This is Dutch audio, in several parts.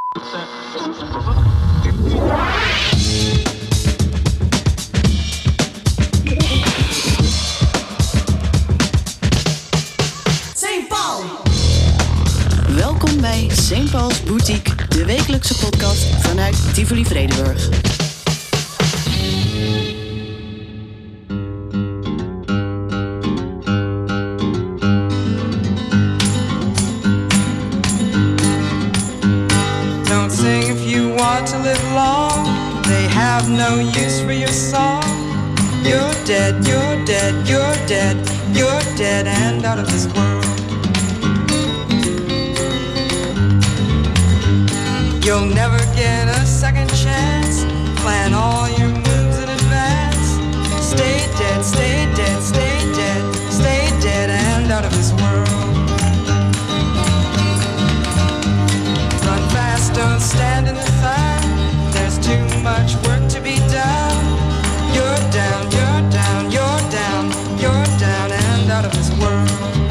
St. Paul. Welkom bij St. Paul's Boutique, de wekelijkse podcast vanuit Tivoli Vredenburg. Don't sing if you want to live long. They have no use for your song. You're dead, you're dead, you're dead, you're dead and out of this world. You'll never get a second chance. Plan all your moves in advance. Stay dead, stay dead, stay dead, stay dead and out of this world. Run fast, don't stand in the sun. There's too much work to be done. You're down, you're down, you're down, you're down and out of this world.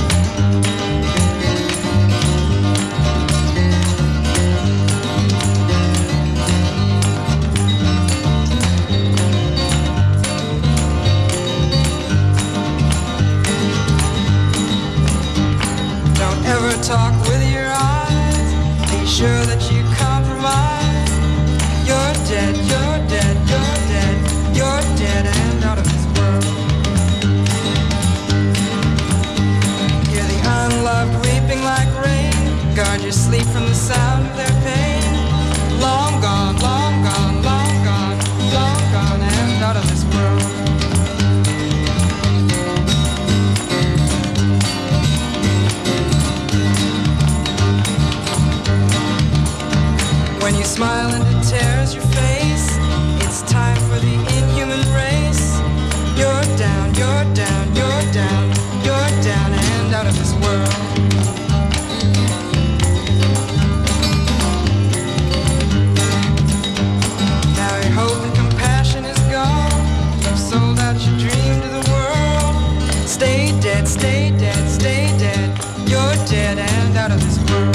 Don't ever talk with your eyes. Be sure that you compromise. You're dead, you're dead, you're dead, you're dead and out of this world. Hear the unloved weeping like rain. Guard your sleep from the sound of their pain. Long gone, long gone, long gone, long gone and out of this world. When you smile and it tears your face, it's time for the inhuman race. You're down, you're down, you're down, you're down and out of this world. Now your hope and compassion is gone. You've sold out your dream to the world. Stay dead, stay dead, stay dead. You're dead and out of this world.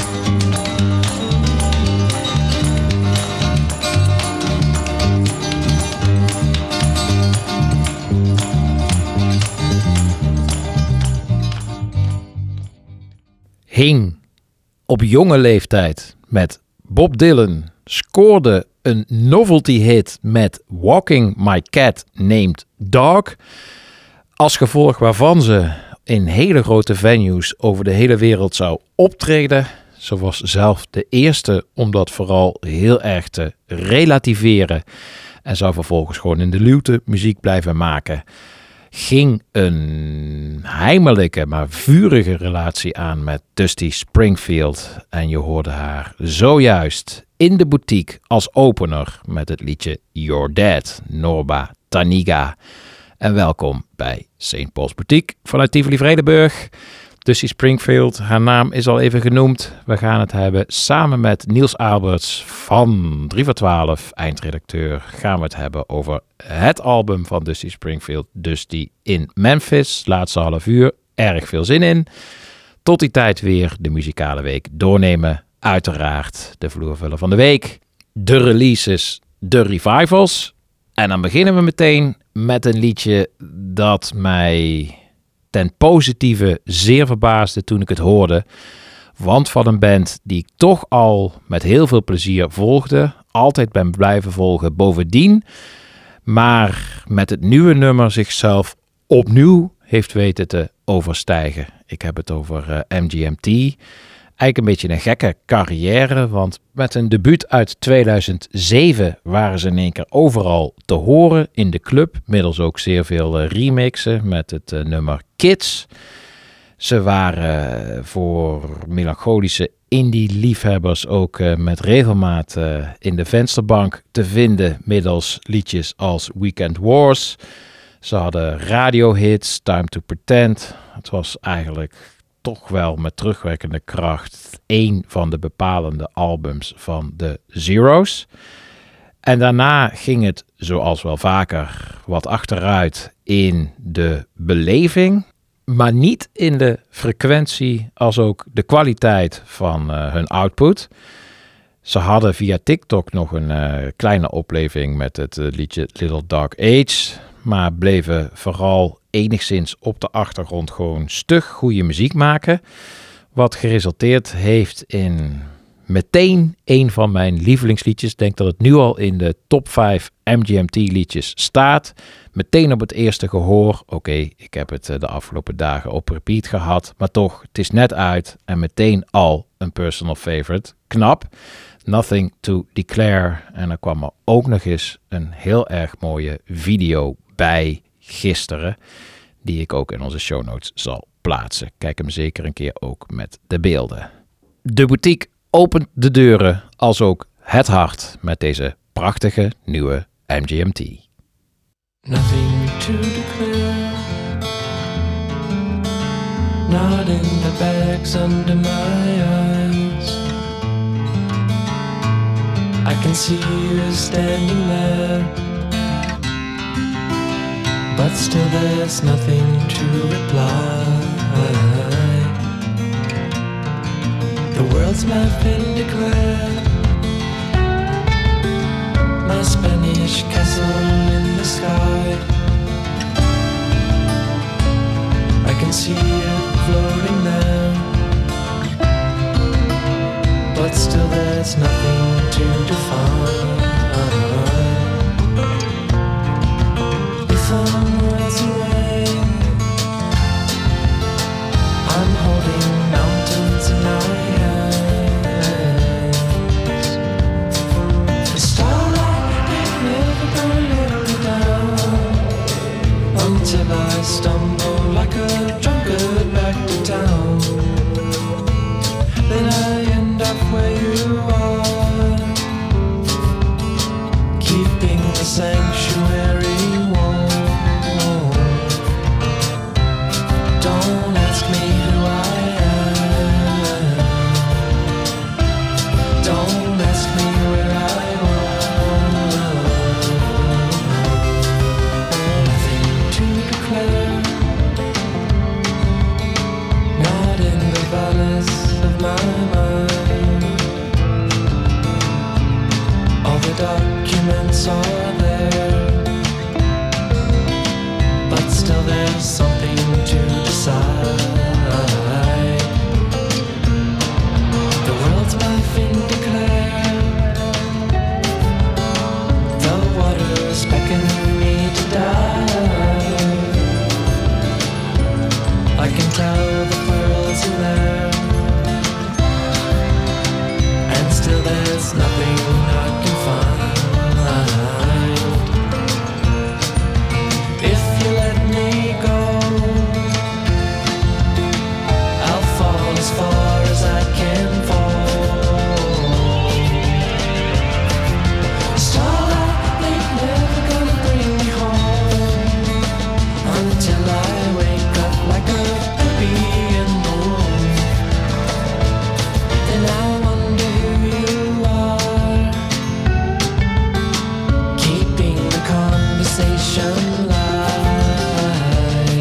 Hing op jonge leeftijd met Bob Dylan, scoorde een novelty hit met Walking My Cat Named Dog, als gevolg waarvan ze in hele grote venues over de hele wereld zou optreden. Ze was zelf de eerste om dat vooral heel erg te relativeren en zou vervolgens gewoon in de luwte muziek blijven maken. Ging een heimelijke, maar vurige relatie aan met Dusty Springfield. En je hoorde haar zojuist in de boutique als opener met het liedje You're Dead, Norba Taniga. En welkom bij St. Paul's Boutique vanuit Tivoli Vredenburg. Dusty Springfield, haar naam is al even genoemd. We gaan het hebben samen met Niels Alberts van 3 voor 12, eindredacteur. Gaan we het hebben over het album van Dusty Springfield, Dusty in Memphis. Laatste half uur, erg veel zin in. Tot die tijd weer de muzikale week doornemen. Uiteraard de vloervuller van de week, de releases, de revivals. En dan beginnen we meteen met een liedje dat mij ten positieve zeer verbaasde toen ik het hoorde. Want van een band die ik toch al met heel veel plezier volgde. Altijd ben blijven volgen bovendien. Maar met het nieuwe nummer zichzelf opnieuw heeft weten te overstijgen. Ik heb het over MGMT. Eigenlijk een beetje een gekke carrière, want met een debuut uit 2007 waren ze in één keer overal te horen in de club. Middels ook zeer veel remixen met het nummer Kids. Ze waren voor melancholische indie-liefhebbers ook met regelmaat in de vensterbank te vinden middels liedjes als Weekend Wars. Ze hadden radiohits, Time to Pretend. Het was eigenlijk toch wel met terugwerkende kracht één van de bepalende albums van de Zeros. En daarna ging het, zoals wel vaker, wat achteruit in de beleving, maar niet in de frequentie als ook de kwaliteit van hun output. Ze hadden via TikTok nog een kleine opleving met het liedje Little Dark Age. Maar bleven vooral enigszins op de achtergrond gewoon stug goede muziek maken. Wat geresulteerd heeft in meteen een van mijn lievelingsliedjes. Ik denk dat het nu al in de top 5 MGMT liedjes staat. Meteen op het eerste gehoor. Oké, ik heb het de afgelopen dagen op repeat gehad. Maar toch, het is net uit en meteen al een personal favorite. Knap. Nothing to Declare. En er kwam er ook nog eens een heel erg mooie video bij gisteren. Die ik ook in onze show notes zal plaatsen. Kijk hem zeker een keer ook met de beelden. De boutique opent de deuren als ook het hart met deze prachtige nieuwe MGMT. Nothing to declare, not in the bags under my eyes. I can see you standing there, but still there's nothing to reply. The world's my Vindicare, my Spanish castle in the sky. I can see it floating there, but still there's nothing to define. If I'm worlds away, I'm holding mountains in my hands. The starlight ain't never gonna let me down until I stumble like a drunkard back to town. Then I end up where you are, keeping the sanctuary warm. Don't ask me who I am, don't ask me where I was. Nothing to declare, not in the valleys of my mind. All the documents are there, but still there's something to decide. The world's my Vindicare, the waters beckon me to dive. I can tell the pearls in there, and still there's nothing I can find. If you let me go, I'll fall as far as I can fall. Starlight ain't never gonna bring me home until I wake up like a baby in the womb. And I wonder who you are, keeping the conversation light.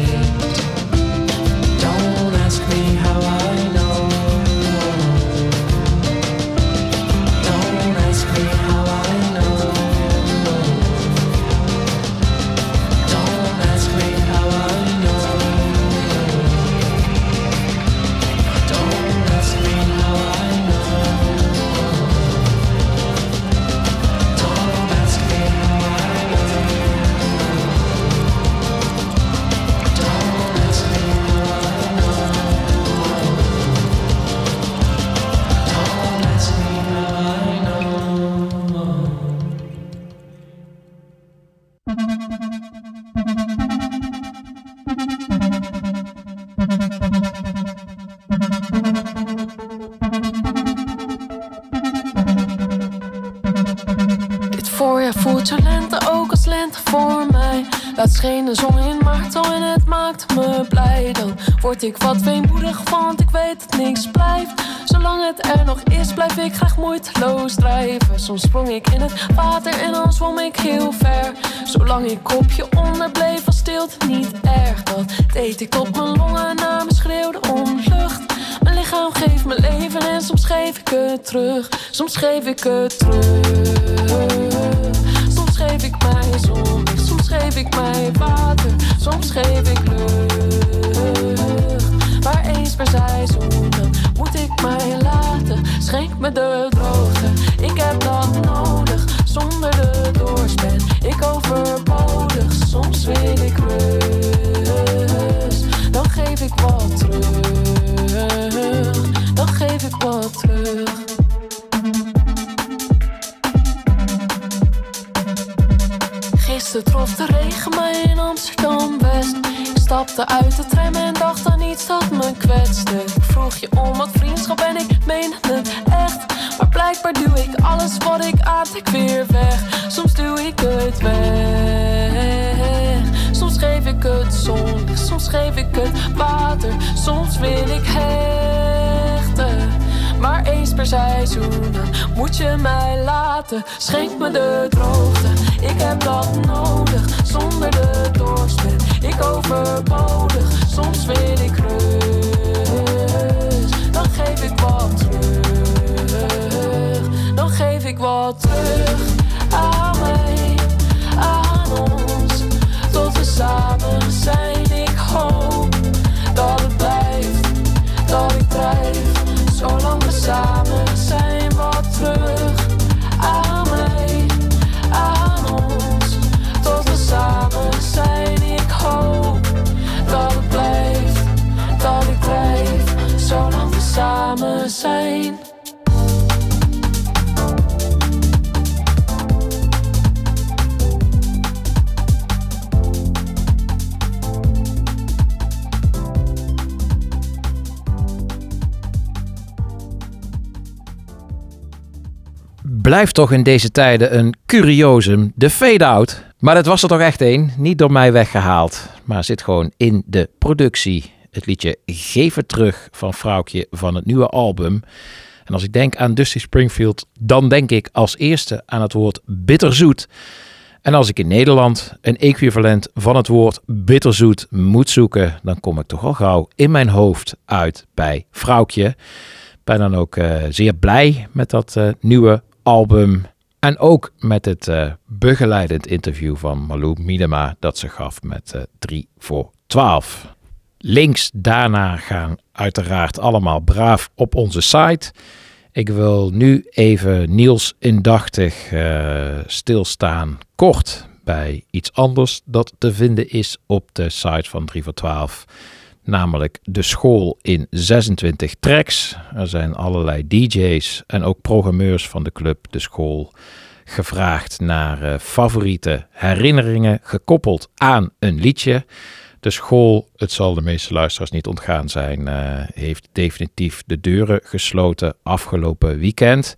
Don't ask me how I know, don't ask me how I know, don't ask me how I know, don't ask me how I know, don't ask me how I know, don't ask me how I know, don't ask me how I know. Dit voorjaar voelt zo lente, ook als lente voor mij. Laat scheen de zon in maart al en het maakt me blij. Dan word ik wat weemoedig, want ik weet dat niks blijft. Zolang het er nog is, blijf ik graag moeiteloos drijven. Soms sprong ik in het water en dan zwom ik heel ver. Zolang ik kopje onder bleef, was stilte niet erg. Dat deed ik tot mijn longen naar me schreeuwden om lucht. Mijn Mijn lichaam geeft me leven en soms geef ik het terug. Soms geef ik het terug. Soms geef ik mij zon, soms geef ik mij water, soms geef ik lucht. Maar eens per seizoen, dan moet ik mij laten. Schenk me de droogte, ik heb dat nodig. Zonder de dorst ben ik overbodig. Soms wil ik rust, dan geef ik wat terug. Dan geef ik wat terug. Gisteren trof de regen mij in Amsterdam-West. Ik stapte uit de tram en dacht aan iets dat me kwetste. Ik vroeg je om wat vriendschap en ik meende het echt. Maar blijkbaar duw ik alles wat ik aantrek weer weg. Soms duw ik het weg. Soms geef ik het zonlicht, soms geef ik het water. Soms wil ik hechten. Maar eens per seizoen, dan moet je mij laten. Schenk me de droogte, ik heb dat nodig. Zonder de dorst ben ik overbodig. Soms wil ik rust, dan geef ik wat terug. Dan geef ik wat terug aan mij, aan ons. Tot we samen zijn, ik hoop dat het blijft, dat ik drijf. Zolang we samen zijn, wat terug aan mij, aan ons. Tot we samen zijn, ik hoop dat het blijft, dat ik drijf. Zolang we samen zijn. Blijft toch in deze tijden een curiosum, de fade-out. Maar dat was er toch echt één, niet door mij weggehaald, maar zit gewoon in de productie. Het liedje Geef het terug van Vrouwtje van het nieuwe album. En als ik denk aan Dusty Springfield, dan denk ik als eerste aan het woord bitterzoet. En als ik in Nederland een equivalent van het woord bitterzoet moet zoeken, dan kom ik toch al gauw in mijn hoofd uit bij Vrouwtje. Ik ben dan ook zeer blij met dat nieuwe album. En ook met het begeleidend interview van Malou Miedema dat ze gaf met 3 voor 12. Links daarna gaan uiteraard allemaal braaf op onze site. Ik wil nu even Niels indachtig stilstaan kort bij iets anders dat te vinden is op de site van 3 voor 12. Namelijk de school in 26 tracks. Er zijn allerlei DJ's en ook programmeurs van de club De School gevraagd naar favoriete herinneringen gekoppeld aan een liedje. De school, het zal de meeste luisteraars niet ontgaan zijn, heeft definitief de deuren gesloten afgelopen weekend.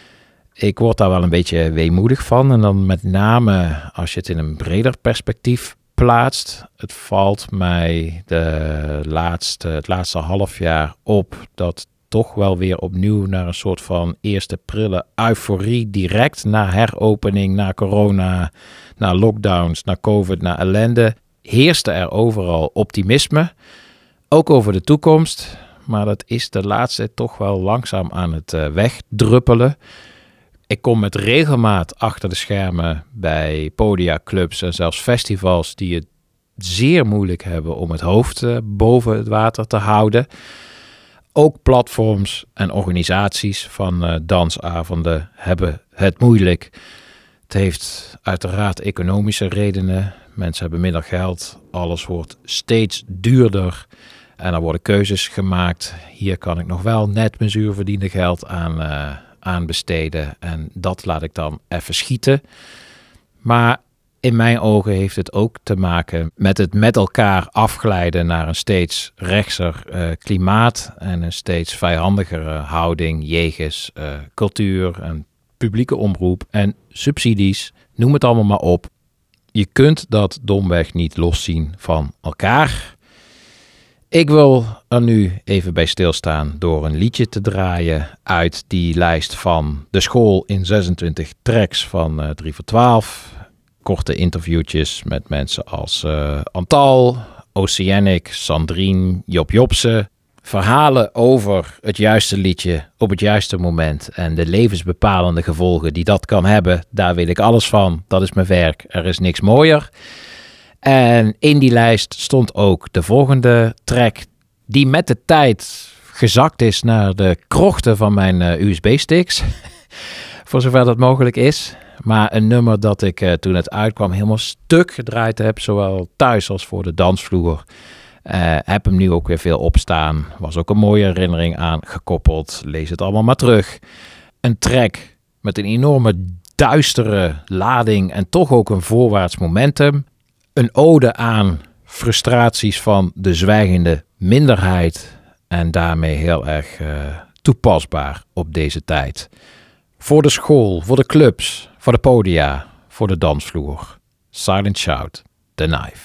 Ik word daar wel een beetje weemoedig van. En dan met name als je het in een breder perspectief plaatst. Het valt mij het laatste half jaar op dat toch wel weer opnieuw naar een soort van eerste prille euforie direct na heropening, na corona, na lockdowns, na COVID, na ellende. Heerste er overal optimisme, ook over de toekomst, maar dat is de laatste toch wel langzaam aan het wegdruppelen. Ik kom met regelmaat achter de schermen bij podia, clubs en zelfs festivals die het zeer moeilijk hebben om het hoofd boven het water te houden. Ook platforms en organisaties van dansavonden hebben het moeilijk. Het heeft uiteraard economische redenen. Mensen hebben minder geld, alles wordt steeds duurder en er worden keuzes gemaakt. Hier kan ik nog wel net mijn zuur verdiende geld aan besteden en dat laat ik dan even schieten. Maar in mijn ogen heeft het ook te maken met het met elkaar afglijden naar een steeds rechtser klimaat en een steeds vijandigere houding jegens cultuur en publieke omroep en subsidies, noem het allemaal maar op. Je kunt dat domweg niet loszien van elkaar. Ik wil er nu even bij stilstaan door een liedje te draaien uit die lijst van De School in 26 tracks van 3 voor 12. Korte interviewtjes met mensen als Antal, Oceanic, Sandrine, Job Jobsen. Verhalen over het juiste liedje op het juiste moment en de levensbepalende gevolgen die dat kan hebben, daar weet ik alles van. Dat is mijn werk. Er is niks mooier. En in die lijst stond ook de volgende track die met de tijd gezakt is naar de krochten van mijn USB-sticks. Voor zover dat mogelijk is. Maar een nummer dat ik toen het uitkwam helemaal stuk gedraaid heb, zowel thuis als voor de dansvloer. Heb hem nu ook weer veel opstaan. Was ook een mooie herinnering aan gekoppeld. Lees het allemaal maar terug. Een track met een enorme duistere lading en toch ook een voorwaarts momentum. Een ode aan frustraties van de zwijgende minderheid. En daarmee heel erg toepasbaar op deze tijd. Voor de school, voor de clubs, voor de podia, voor de dansvloer. Silent Shout, The Knife.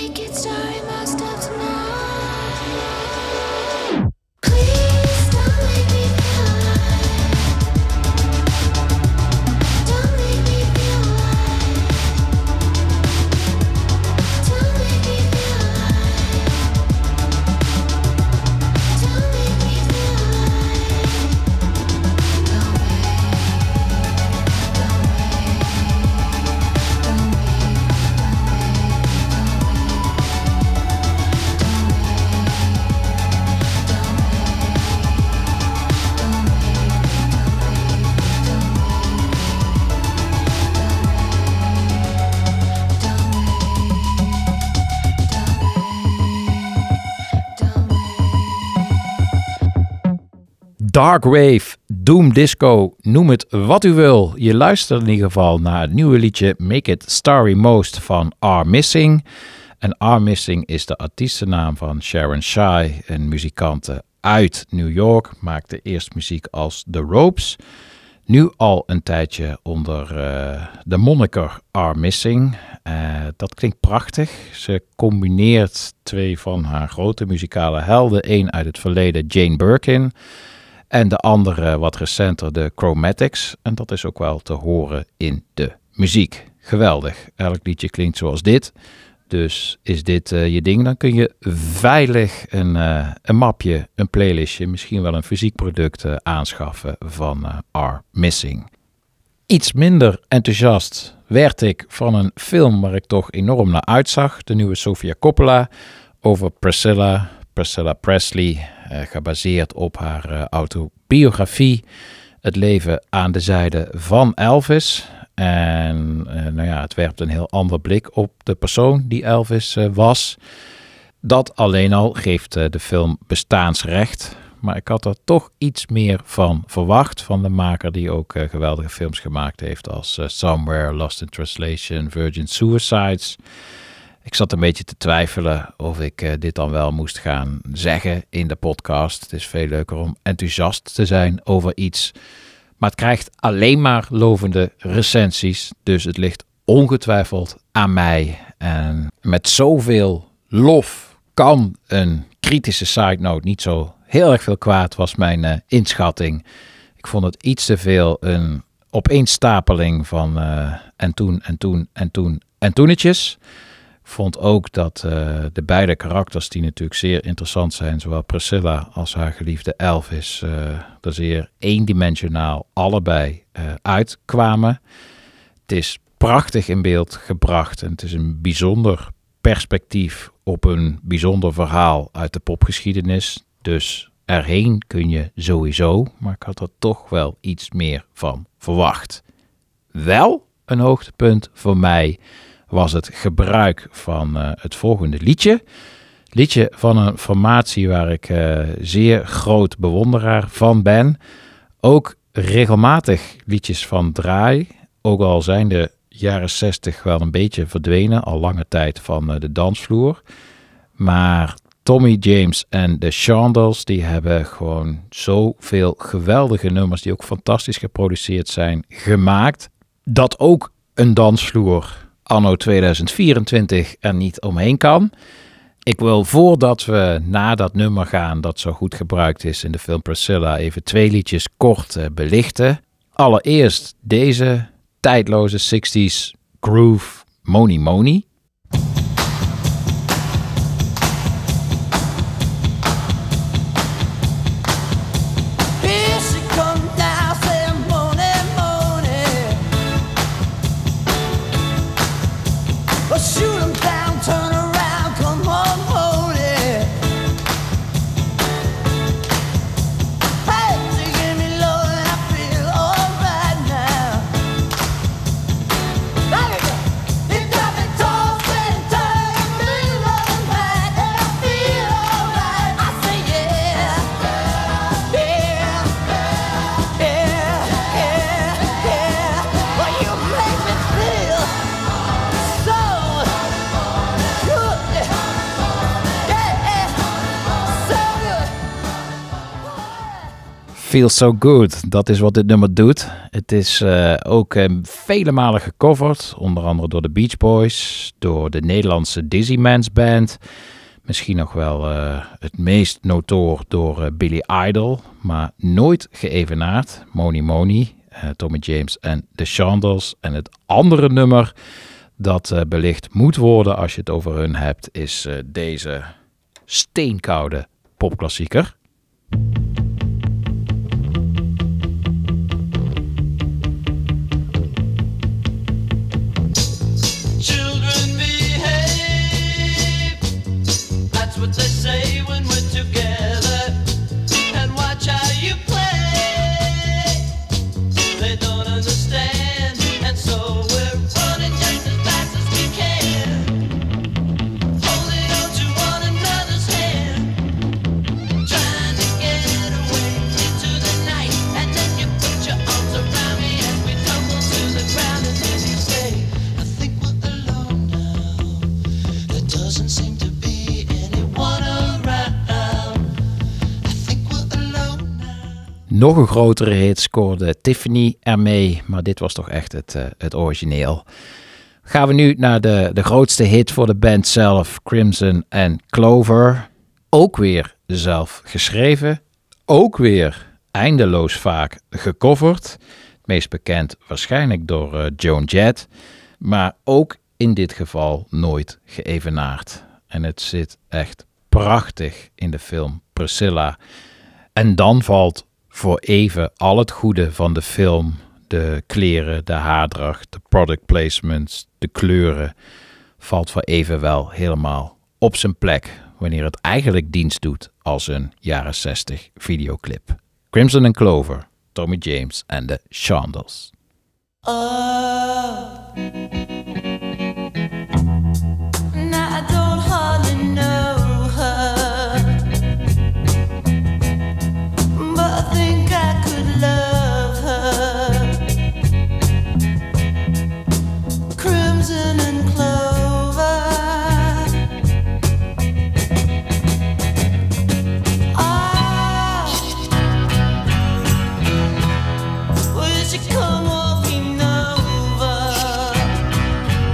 make it sorry most of tonight. Please don't make me feel alive. Don't make me feel alive. Don't make me feel alive. Don't make me feel alive. Don't Darkwave, Doom Disco, noem het wat u wil. Je luistert in ieder geval naar het nieuwe liedje Make It Starry Most van R Missing. En R Missing is de artiestennaam van Sharon Shai, een muzikante uit New York. Maakte eerst muziek als The Ropes. Nu al een tijdje onder de moniker R Missing. Dat klinkt prachtig. Ze combineert twee van haar grote muzikale helden. Eén uit het verleden, Jane Birkin. En de andere wat recenter, de Chromatics. En dat is ook wel te horen in de muziek. Geweldig. Elk liedje klinkt zoals dit. Dus is dit je ding, dan kun je veilig een mapje, een playlistje, misschien wel een fysiek product aanschaffen van R Missing. Iets minder enthousiast werd ik van een film waar ik toch enorm naar uitzag. De nieuwe Sofia Coppola over Priscilla Presley, gebaseerd op haar autobiografie. Het leven aan de zijde van Elvis. En het werpt een heel ander blik op de persoon die Elvis was. Dat alleen al geeft de film bestaansrecht. Maar ik had er toch iets meer van verwacht. Van de maker die ook geweldige films gemaakt heeft als Somewhere, Lost in Translation, Virgin Suicides. Ik zat een beetje te twijfelen of ik dit dan wel moest gaan zeggen in de podcast. Het is veel leuker om enthousiast te zijn over iets. Maar het krijgt alleen maar lovende recensies. Dus het ligt ongetwijfeld aan mij. En met zoveel lof kan een kritische side note niet zo heel erg veel kwaad, was mijn inschatting. Ik vond het iets te veel een opeenstapeling van en toenetjes. Ik vond ook dat de beide karakters, die natuurlijk zeer interessant zijn, zowel Priscilla als haar geliefde Elvis, er zeer eendimensionaal allebei uitkwamen. Het is prachtig in beeld gebracht en het is een bijzonder perspectief op een bijzonder verhaal uit de popgeschiedenis. Dus erheen kun je sowieso, maar ik had er toch wel iets meer van verwacht. Wel een hoogtepunt voor mij was het gebruik van het volgende liedje. Liedje van een formatie waar ik zeer groot bewonderaar van ben. Ook regelmatig liedjes van draai. Ook al zijn de jaren 60 wel een beetje verdwenen, al lange tijd van de dansvloer. Maar Tommy James en de Shondells, die hebben gewoon zoveel geweldige nummers, die ook fantastisch geproduceerd zijn, gemaakt. Dat ook een dansvloer anno 2024 er niet omheen kan. Ik wil, voordat we naar dat nummer gaan dat zo goed gebruikt is in de film Priscilla, even twee liedjes kort belichten. Allereerst deze tijdloze 60s groove, Money Money. It got me torn. Feels So Good, dat is wat dit nummer doet. Het is ook vele malen gecoverd, onder andere door de Beach Boys, door de Nederlandse Dizzy Man's Band. Misschien nog wel het meest notoor door Billy Idol, maar nooit geëvenaard. Money Money, Tommy James en The Chandels. En het andere nummer dat belicht moet worden als je het over hun hebt, is deze steenkoude popklassieker. Children behave. That's what they say when we're together. And watch how you play. They don't understand, and so we're running just as fast as we can. Holding on to one another's hand. Trying to get away into the night. And then you put your arms around me as we tumble to the ground. And then you say, I think we're alone now. There doesn't seem to be anyone around. I think we're alone now. Nog een grotere hit scoorde Tiffany ermee, maar dit was toch echt het origineel. Gaan we nu naar de grootste hit voor de band zelf, Crimson and Clover. Ook weer zelf geschreven, ook weer eindeloos vaak gecoverd. Het meest bekend waarschijnlijk door Joan Jett, maar ook in dit geval nooit geëvenaard. En het zit echt prachtig in de film Priscilla. En dan valt voor even al het goede van de film, de kleren, de haardracht, de product placements, de kleuren, valt voor even wel helemaal op zijn plek wanneer het eigenlijk dienst doet als een jaren 60 videoclip. Crimson and Clover, Tommy James en de Chandels. Now I don't hardly know her, but I think I could love her. Crimson and clover. Will she come walking over?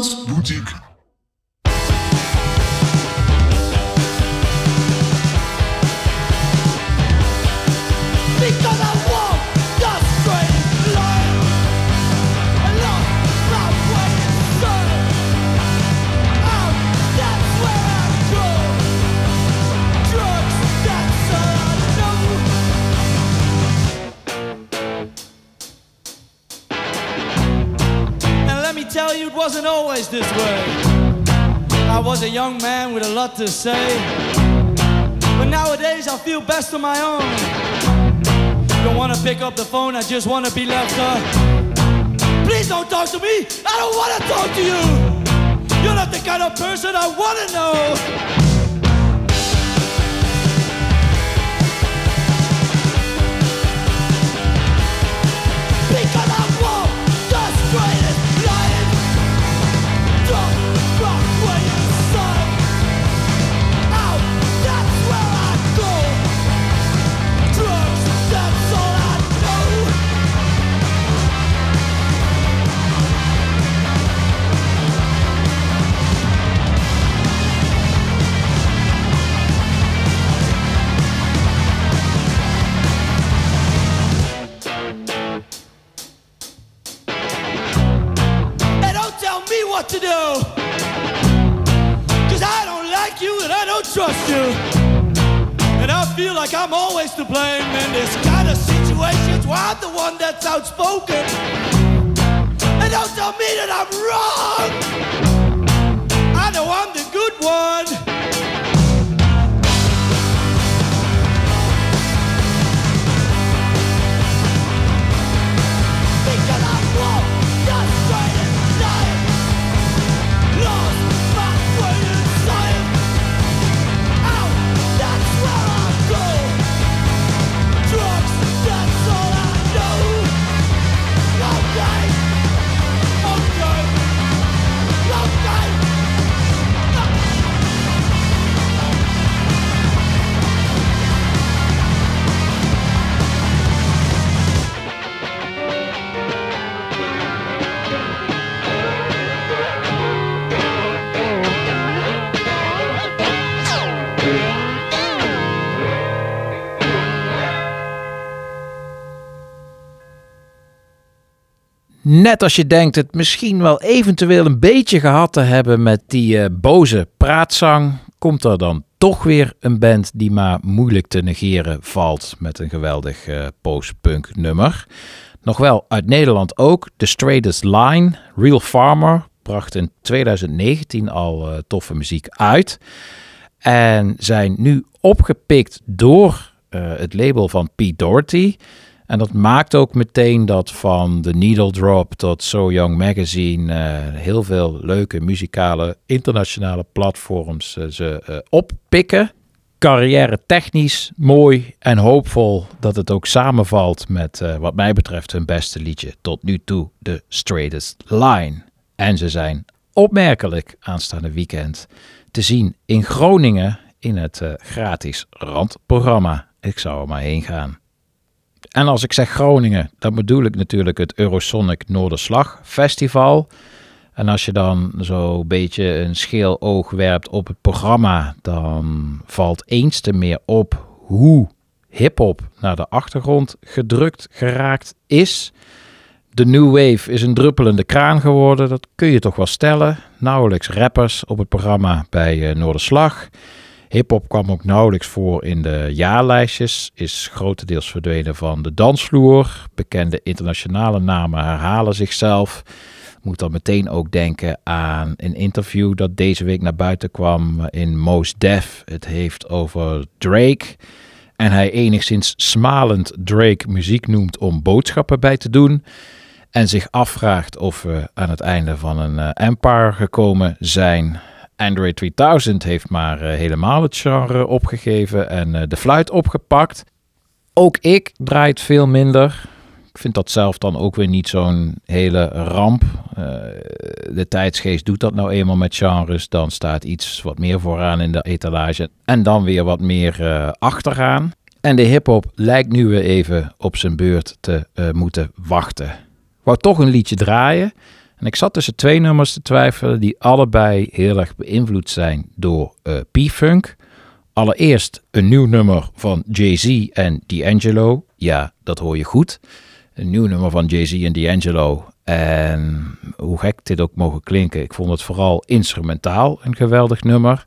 Paul's Boutique. Because I walk the straight line and lost my way inside. Oh, that's where I go. Drugs, that's all I know. And let me tell you, it wasn't always this way. I was a young man with a lot to say, but nowadays I feel best on my own. Don't wanna pick up the phone, I just wanna be left Please don't talk to me, I don't wanna talk to you. You're not the kind of person I wanna know. Because I walk the straightest line. Don't rock way inside. Oh, that's where I go. Drugs, that's all I know. And don't tell me what to do. 'Cause I don't like you and I don't trust you. And I feel like I'm always to blame in this kind of situations where I'm the one that's outspoken. And don't tell me that I'm wrong. I know I'm the good one. Because I walk the straightest line. Lost my way inside. Oh, that's where I go. Drugs, that's all I know. Okay, okay, okay. Net als je denkt het misschien wel eventueel een beetje gehad te hebben met die boze praatzang, komt er dan toch weer een band die maar moeilijk te negeren valt met een geweldig post-punk nummer. Nog wel uit Nederland ook, The Straightest Line, Real Farmer, bracht in 2019 al toffe muziek uit. En zijn nu opgepikt door het label van Pete Doherty. En dat maakt ook meteen dat van The Needle Drop tot So Young Magazine heel veel leuke muzikale internationale platforms ze oppikken. Carrière technisch mooi en hoopvol dat het ook samenvalt met wat mij betreft hun beste liedje tot nu toe, The Straightest Line. En ze zijn opmerkelijk aanstaande weekend te zien in Groningen in het gratis randprogramma. Ik zou er maar heen gaan. En als ik zeg Groningen, dan bedoel ik natuurlijk het Eurosonic Noorderslag Festival. En als je dan zo'n beetje een scheel oog werpt op het programma, dan valt eens te meer op hoe hiphop naar de achtergrond gedrukt geraakt is. De New Wave is een druppelende kraan geworden, dat kun je toch wel stellen. Nauwelijks rappers op het programma bij Noorderslag. Hip-hop kwam ook nauwelijks voor in de jaarlijstjes, is grotendeels verdwenen van de dansvloer. Bekende internationale namen herhalen zichzelf. Moet dan meteen ook denken aan een interview dat deze week naar buiten kwam in Mos Def. Het heeft over Drake. En hij enigszins smalend Drake muziek noemt om boodschappen bij te doen. En zich afvraagt of we aan het einde van een empire gekomen zijn. Andre 3000 heeft maar helemaal het genre opgegeven en de fluit opgepakt. Ook ik draai het veel minder. Ik vind dat zelf dan ook weer niet zo'n hele ramp. De tijdsgeest doet dat nou eenmaal met genres. Dan staat iets wat meer vooraan in de etalage en dan weer wat meer achteraan. En de hiphop lijkt nu weer even op zijn beurt te moeten wachten. Ik wou toch een liedje draaien. En ik zat tussen 2 nummers te twijfelen die allebei heel erg beïnvloed zijn door P-Funk. Allereerst een nieuw nummer van Jay-Z en D'Angelo. Ja, dat hoor je goed. Een nieuw nummer van Jay-Z en D'Angelo. En hoe gek dit ook mogen klinken, ik vond het vooral instrumentaal een geweldig nummer.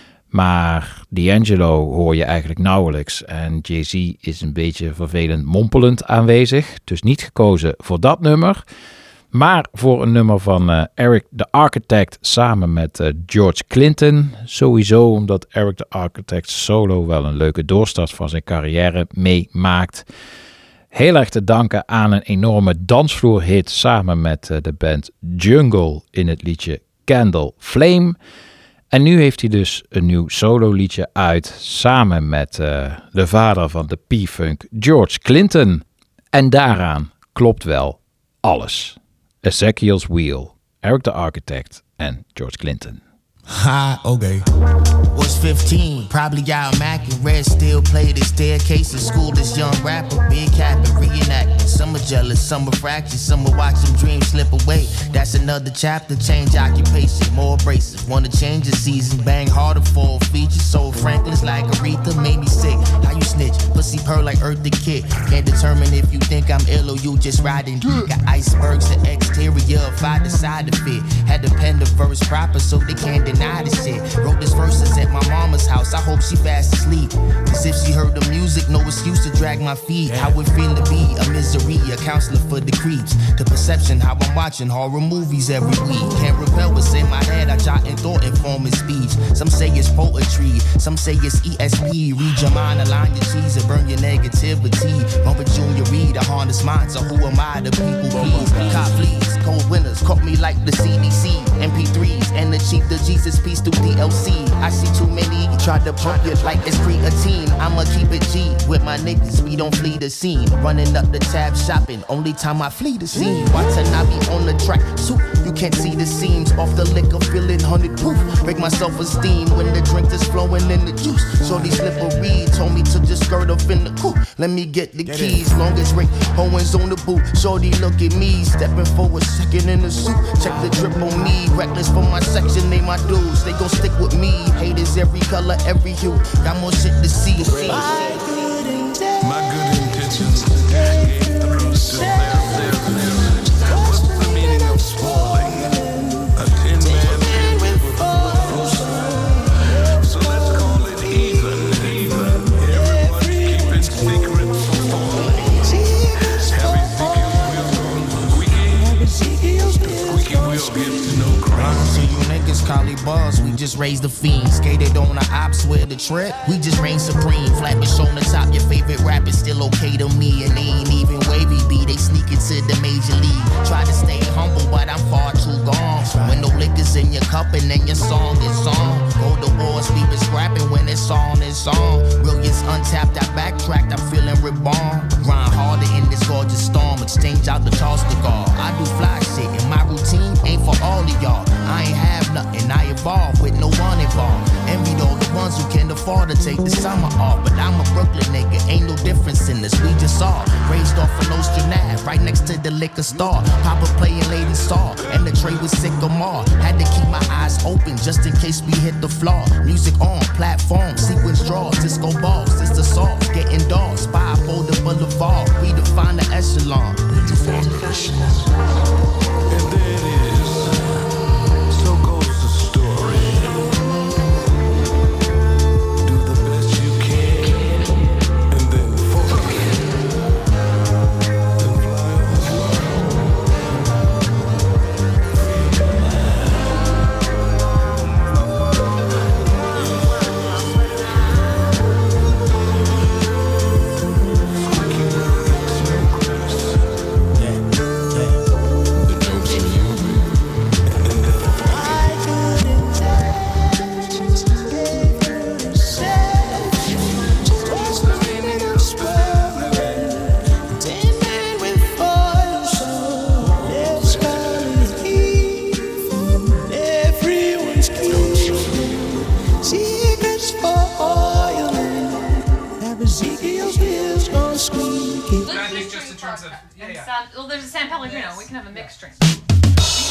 Maar D'Angelo hoor je eigenlijk nauwelijks. En Jay-Z is een beetje vervelend mompelend aanwezig. Dus niet gekozen voor dat nummer. Maar voor een nummer van Eric the Architect samen met George Clinton. Sowieso omdat Eric the Architect solo wel een leuke doorstart van zijn carrière meemaakt. Heel erg te danken aan een enorme dansvloerhit samen met de band Jungle in het liedje Candle Flame. En nu heeft hij dus een nieuw solo liedje uit samen met de vader van de P-Funk, George Clinton. En daaraan klopt wel alles. Ezekiel's Wheel, Eric the Architect en George Clinton. Ha, okay. Was 15, probably out macking. Red still played his staircase in school. This young rapper, big cap and reenacting. Some are jealous, some are fractured, some are watching dreams slip away. That's another chapter, change occupation, more abrasive. Wanna change the season, bang harder for features. So Franklin's like Aretha, made me sick. How you snitch? Pussy purr like Earth the Kid. Can't determine if you think I'm ill or you just riding. Got icebergs, the exterior, if I decide to fit. Had to pen the verse proper so they can't deny the shit. Wrote this verses at my mama's house, I hope she fast asleep. Cause if she heard the music, no excuse to drag my feet. How it feel to be a misery, a counselor for the creeps. The perception how I'm watching horror movies every week. Can't repel what's in my head, I jot and thought informing speech. Some say it's poetry, some say it's ESP. Read your mind, align your cheese and burn your negativity. Bumper Junior Reed, a harness mind, so who am I? The people please. Cop fleas, cold winners, caught me like the CDC. MP3s and the cheap, the Jesus piece through DLC. I see too many, try to pump you like it's creatine. I'ma keep it G with my niggas, we don't flee the scene. Running up the tab shopping, only time I flee the scene. Watanabe on the track, soup, you can't see the seams. Off the liquor, feeling 100 proof. Break my self-esteem when the drink is flowing in the juice. Shorty slippery, told me to just skirt up in the coupe. Let me get the keys, long as Rick Owens on the boot. Shorty look at me, stepping for a second in the suit. Check the drip on me, reckless for my section, they my dudes. They gon' stick with me, haters every color, every hue. Got more shit to see. My good intentions gave the roots to their business. What's the meaning of spoiling a 10-man pit with fools? So let's call it even. Everyone keeping secrets from falling. Have Ezekiel's wheel going squeaky wheel gets no crown. So you niggas call it buzz, we just raised the fiend. Skated on the ops with the trip, we just reign supreme. Flatbush on the top, your favorite rapper still okay to me. And they ain't even wavy B, they sneak into the major league. Try to stay humble, but I'm far too gone. When no liquor's in your cup and then your song is on. Go to wars, we been scrapping when it's on, it's on. Brilliance untapped, I backtracked, I'm feeling reborn. Grind harder in this gorgeous storm, exchange out the toss the guard. I do fly shit, and my routine ain't for all of y'all. I ain't have nothing, I evolve with no one involved. Envied all the ones who can afford to take the summer off. But I'm a Brooklyn nigga, ain't no difference in this, we just all raised off of Nostra Nav, right next to the liquor store. Papa playing Lady Saw, and the tray was Sycamore. Had to keep my eyes open, just in case we hit the floor. Music on, platform, sequence draws, disco balls, it's the song. Getting dogs, bipolar boulevard, we define the echelon. And there it is. So goes the story. Do the best you can, and then forget. Then fly Ezekiel's wheels gonna squeak. Well, there's a San Pellegrino. We can have a mixed drink.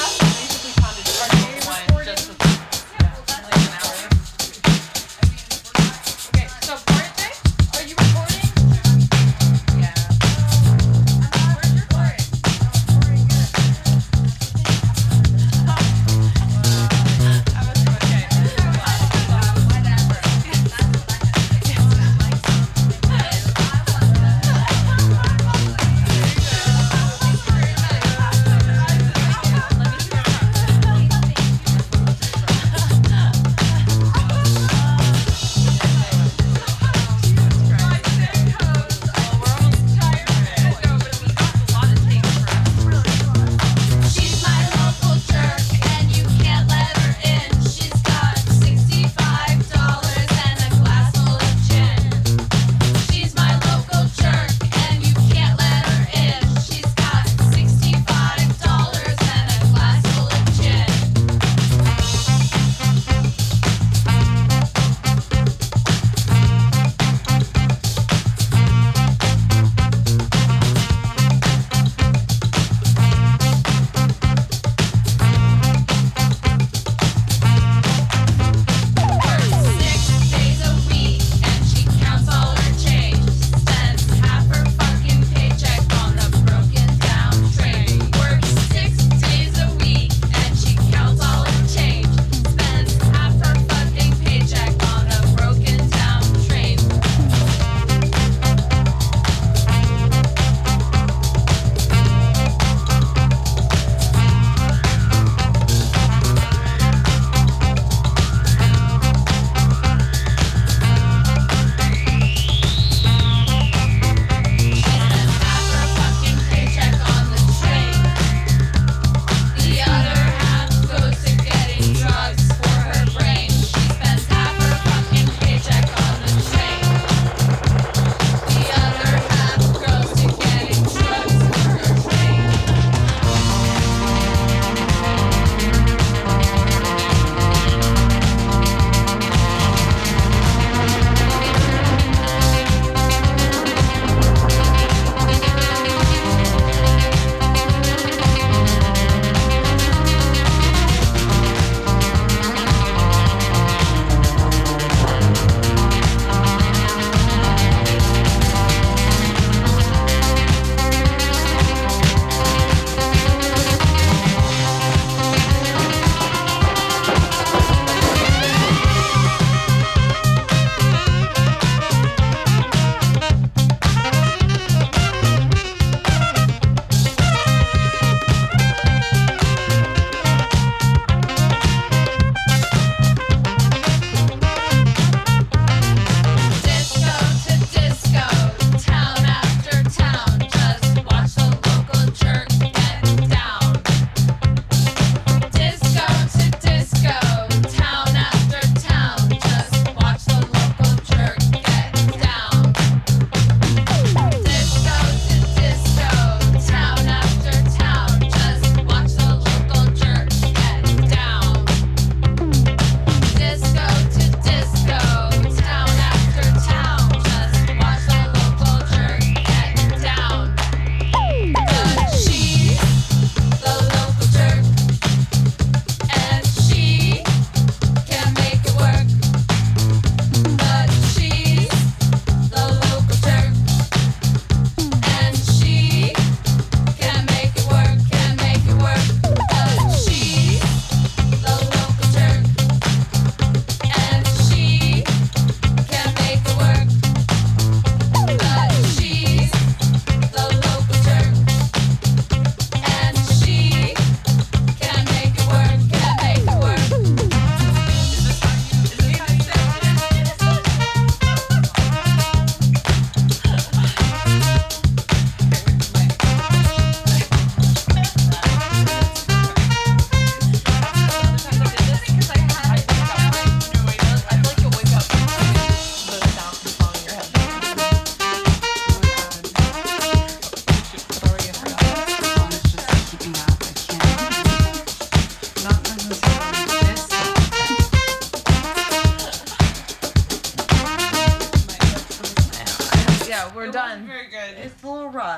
We're done. Very good. It's a little rough.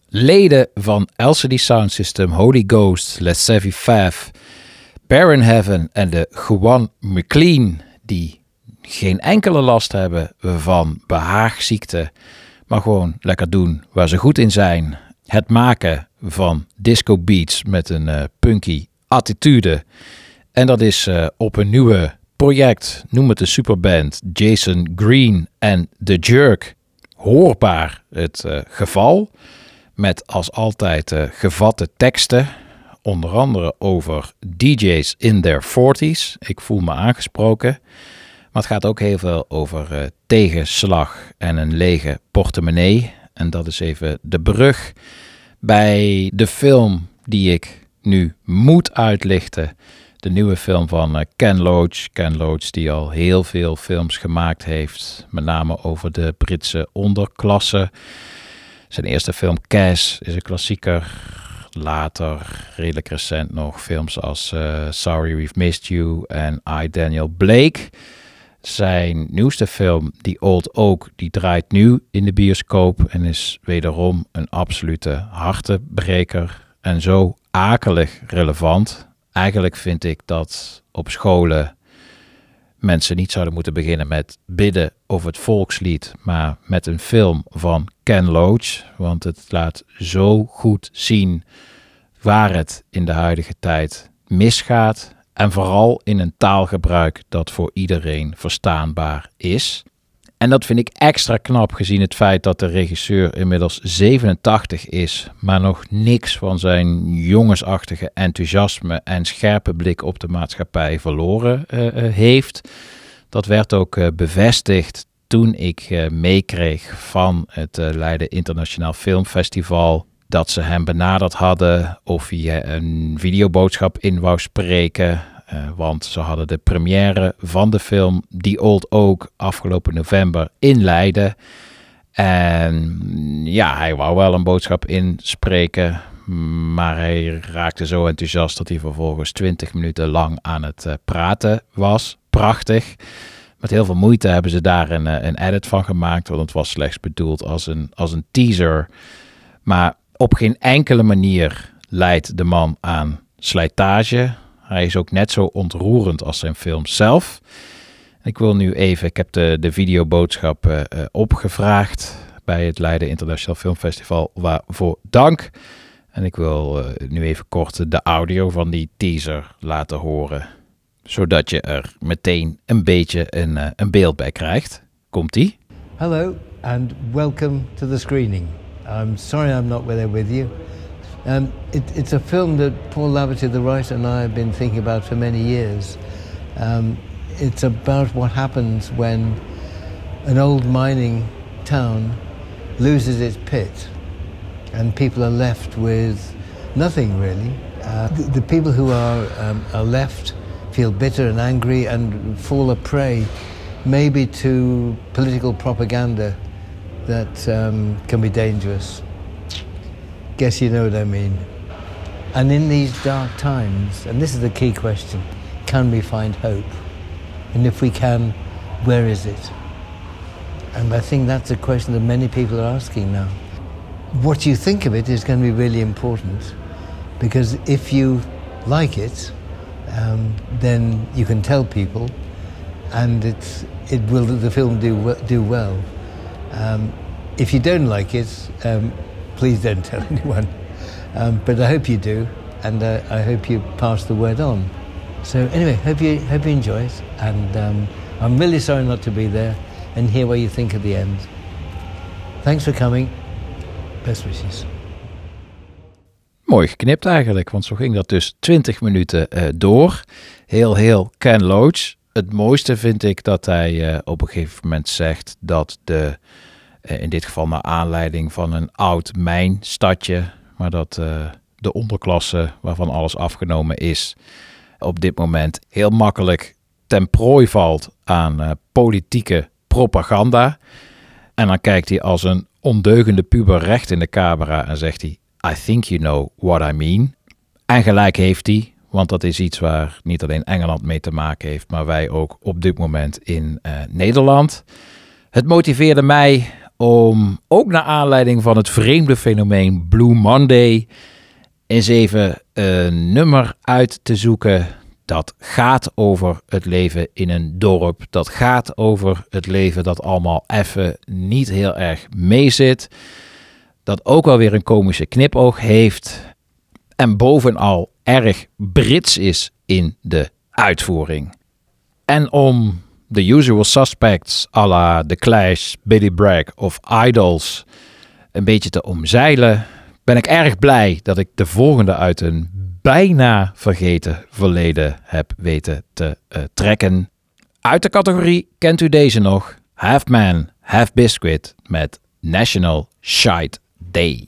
leden van LCD Sound System, Holy Ghost, Les Savy Fav, Baron Heaven en de Juan McLean, die geen enkele last hebben van behaagziekte, maar gewoon lekker doen waar ze goed in zijn. Het maken van disco beats met een punky attitude. En dat is op een nieuwe project, noem het de superband, Jason Green en The Jerk, hoorbaar het geval. Met als altijd gevatte teksten, onder andere over DJ's in their 40s. Ik voel me aangesproken. Maar het gaat ook heel veel over tegenslag en een lege portemonnee. En dat is even de brug bij de film die ik nu moet uitlichten. De nieuwe film van Ken Loach. Ken Loach die al heel veel films gemaakt heeft. Met name over de Britse onderklasse. Zijn eerste film Cash is een klassieker. Later, redelijk recent nog, films als Sorry We've Missed You en I, Daniel Blake. Zijn nieuwste film, The Old Oak, die draait nu in de bioscoop en is wederom een absolute hartebreker. En zo akelig relevant. Eigenlijk vind ik dat op scholen mensen niet zouden moeten beginnen met bidden of het volkslied, maar met een film van Ken Loach. Want het laat zo goed zien waar het in de huidige tijd misgaat. En vooral in een taalgebruik dat voor iedereen verstaanbaar is. En dat vind ik extra knap gezien het feit dat de regisseur inmiddels 87 is, maar nog niks van zijn jongensachtige enthousiasme en scherpe blik op de maatschappij verloren heeft. Dat werd ook bevestigd toen ik meekreeg van het Leiden Internationaal Filmfestival dat ze hem benaderd hadden of hij een videoboodschap in wou spreken. Want ze hadden de première van de film The Old Oak afgelopen november in Leiden. En ja, hij wou wel een boodschap inspreken, maar hij raakte zo enthousiast dat hij vervolgens 20 minuten lang aan het praten was. Prachtig. Met heel veel moeite hebben ze daar een edit van gemaakt, want het was slechts bedoeld als een teaser. Maar op geen enkele manier leidt de man aan slijtage. Hij is ook net zo ontroerend als zijn film zelf. Ik wil nu even, ik heb de videoboodschap opgevraagd bij het Leiden Internationaal Filmfestival, waarvoor dank. En ik wil nu even kort de audio van die teaser laten horen, zodat je er meteen een beetje een beeld bij krijgt. Komt-ie? Hello and welcome to the screening. I'm sorry I'm not there with you. It's a film that Paul Laverty, the writer, and I have been thinking about for many years. It's about what happens when an old mining town loses its pit and people are left with nothing really. The people who are left feel bitter and angry and fall a prey maybe to political propaganda that can be dangerous. Guess you know what I mean. And in these dark times, and this is the key question, can we find hope? And if we can, where is it? And I think that's a question that many people are asking now. What you think of it is going to be really important, because if you like it, then you can tell people, and the film do well. If you don't like it, please don't tell anyone. But I hope you do, and I hope you pass the word on. So anyway, hope you enjoy it, and I'm really sorry not to be there and hear what you think at the end. Thanks for coming. Best wishes. Mooi geknipt eigenlijk, want zo ging dat dus 20 minuten door. Heel Ken Loach. Het mooiste vind ik dat hij op een gegeven moment zegt dat in dit geval naar aanleiding van een oud mijnstadje, maar dat de onderklasse waarvan alles afgenomen is, op dit moment heel makkelijk ten prooi valt aan politieke propaganda. En dan kijkt hij als een ondeugende puber recht in de camera en zegt hij, I think you know what I mean. En gelijk heeft hij, want dat is iets waar niet alleen Engeland mee te maken heeft, maar wij ook op dit moment in Nederland. Het motiveerde mij om ook naar aanleiding van het vreemde fenomeen Blue Monday eens even een nummer uit te zoeken dat gaat over het leven in een dorp. Dat gaat over het leven dat allemaal even niet heel erg meezit. Dat ook wel weer een komische knipoog heeft. En bovenal erg Brits is in de uitvoering. En om The Usual Suspects à la The Clash, Billy Bragg of Idols een beetje te omzeilen, ben ik erg blij dat ik de volgende uit een bijna vergeten verleden heb weten te trekken. Uit de categorie kent u deze nog? Half Man, Half Biscuit met National Shite Day.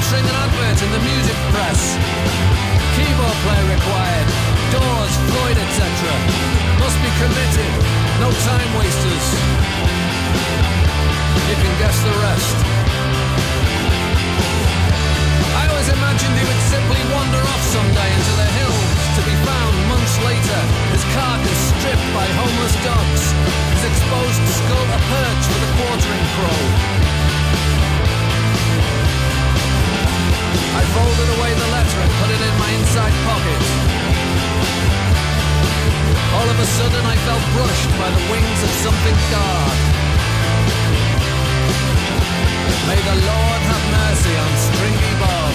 sponsoring an advert in the music press. Keyboard player required. Doors, Floyd, etc. Must be committed. No time wasters. You can guess the rest. I always imagined he would simply wander off someday into the hills, to be found months later, his carcass stripped by homeless dogs, his exposed skull a perch for the quartering crow. I folded away the letter and put it in my inside pocket. All of a sudden I felt brushed by the wings of something dark. May the Lord have mercy on Stringy Bob.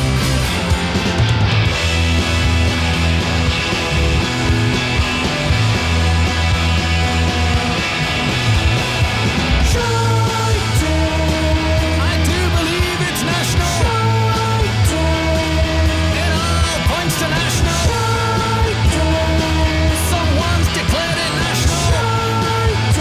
I do believe it's national. It all points to national. Someone's declared it national.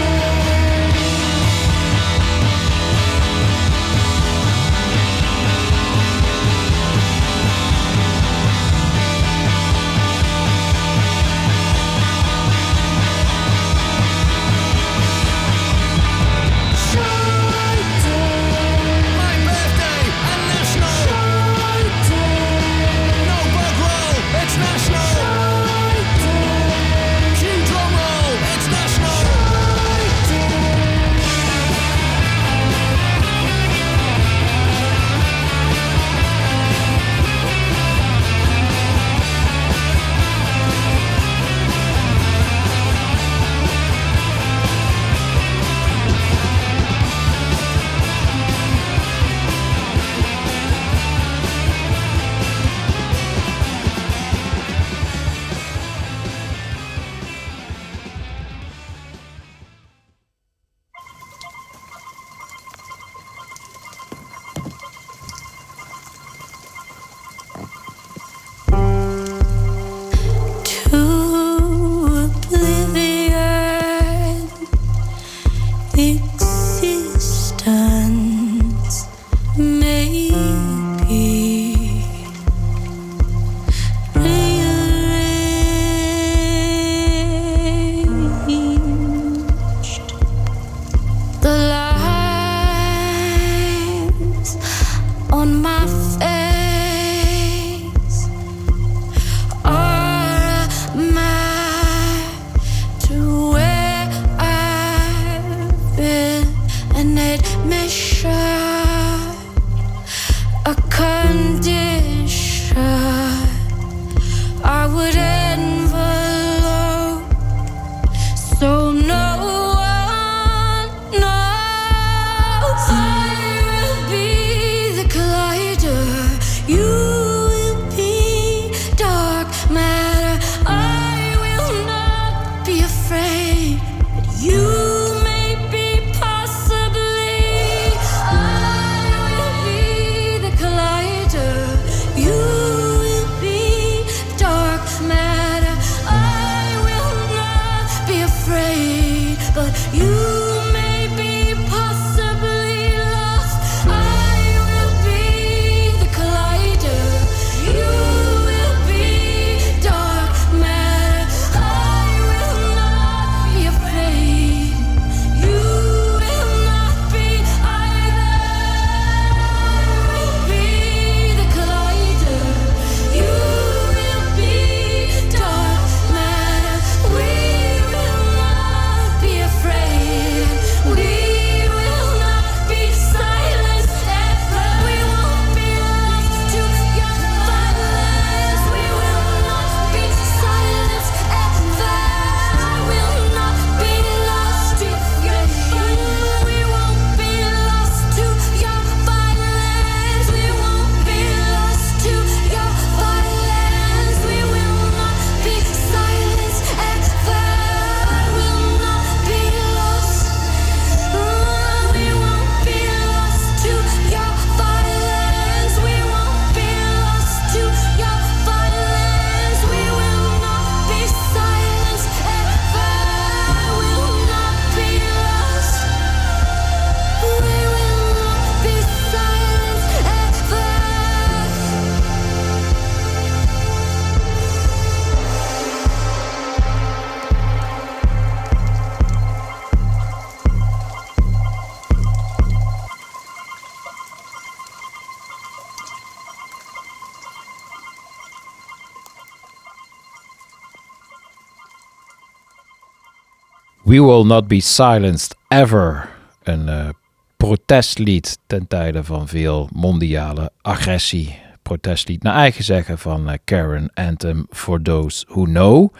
We Will Not Be Silenced Ever. Een protestlied ten tijde van veel mondiale agressie. Protestlied naar eigen zeggen van Karen, Anthem for Those Who Know.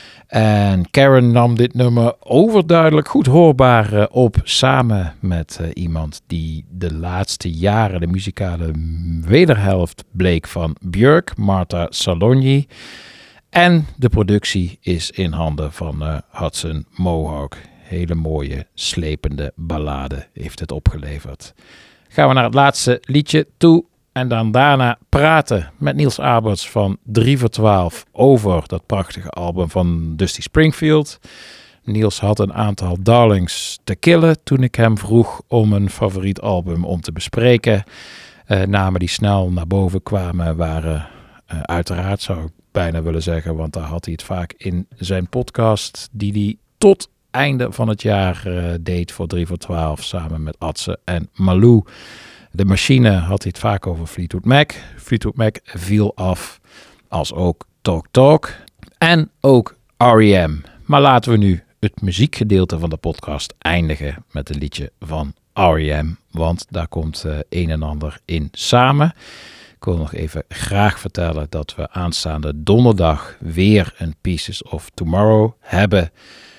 En Karen nam dit nummer overduidelijk goed hoorbaar op, samen met iemand die de laatste jaren de muzikale wederhelft bleek van Björk, Marta Salogni. En de productie is in handen van Hudson Mohawk. Hele mooie, slepende ballade heeft het opgeleverd. Gaan we naar het laatste liedje toe. En dan daarna praten met Niels Aberts van 3 voor 12 over dat prachtige album van Dusty Springfield. Niels had een aantal darlings te killen toen ik hem vroeg om een favoriet album om te bespreken. Namen die snel naar boven kwamen waren uiteraard, zou ik bijna willen zeggen, want daar had hij het vaak in zijn podcast die hij tot einde van het jaar deed voor 3 voor 12 samen met Adse en Malou. De Machine had hij het vaak over Fleetwood Mac. Fleetwood Mac viel af, als ook Talk Talk en ook R.E.M. Maar laten we nu het muziekgedeelte van de podcast eindigen met een liedje van R.E.M. Want daar komt een en ander in samen. Ik wil nog even graag vertellen dat we aanstaande donderdag weer een Pieces of Tomorrow hebben.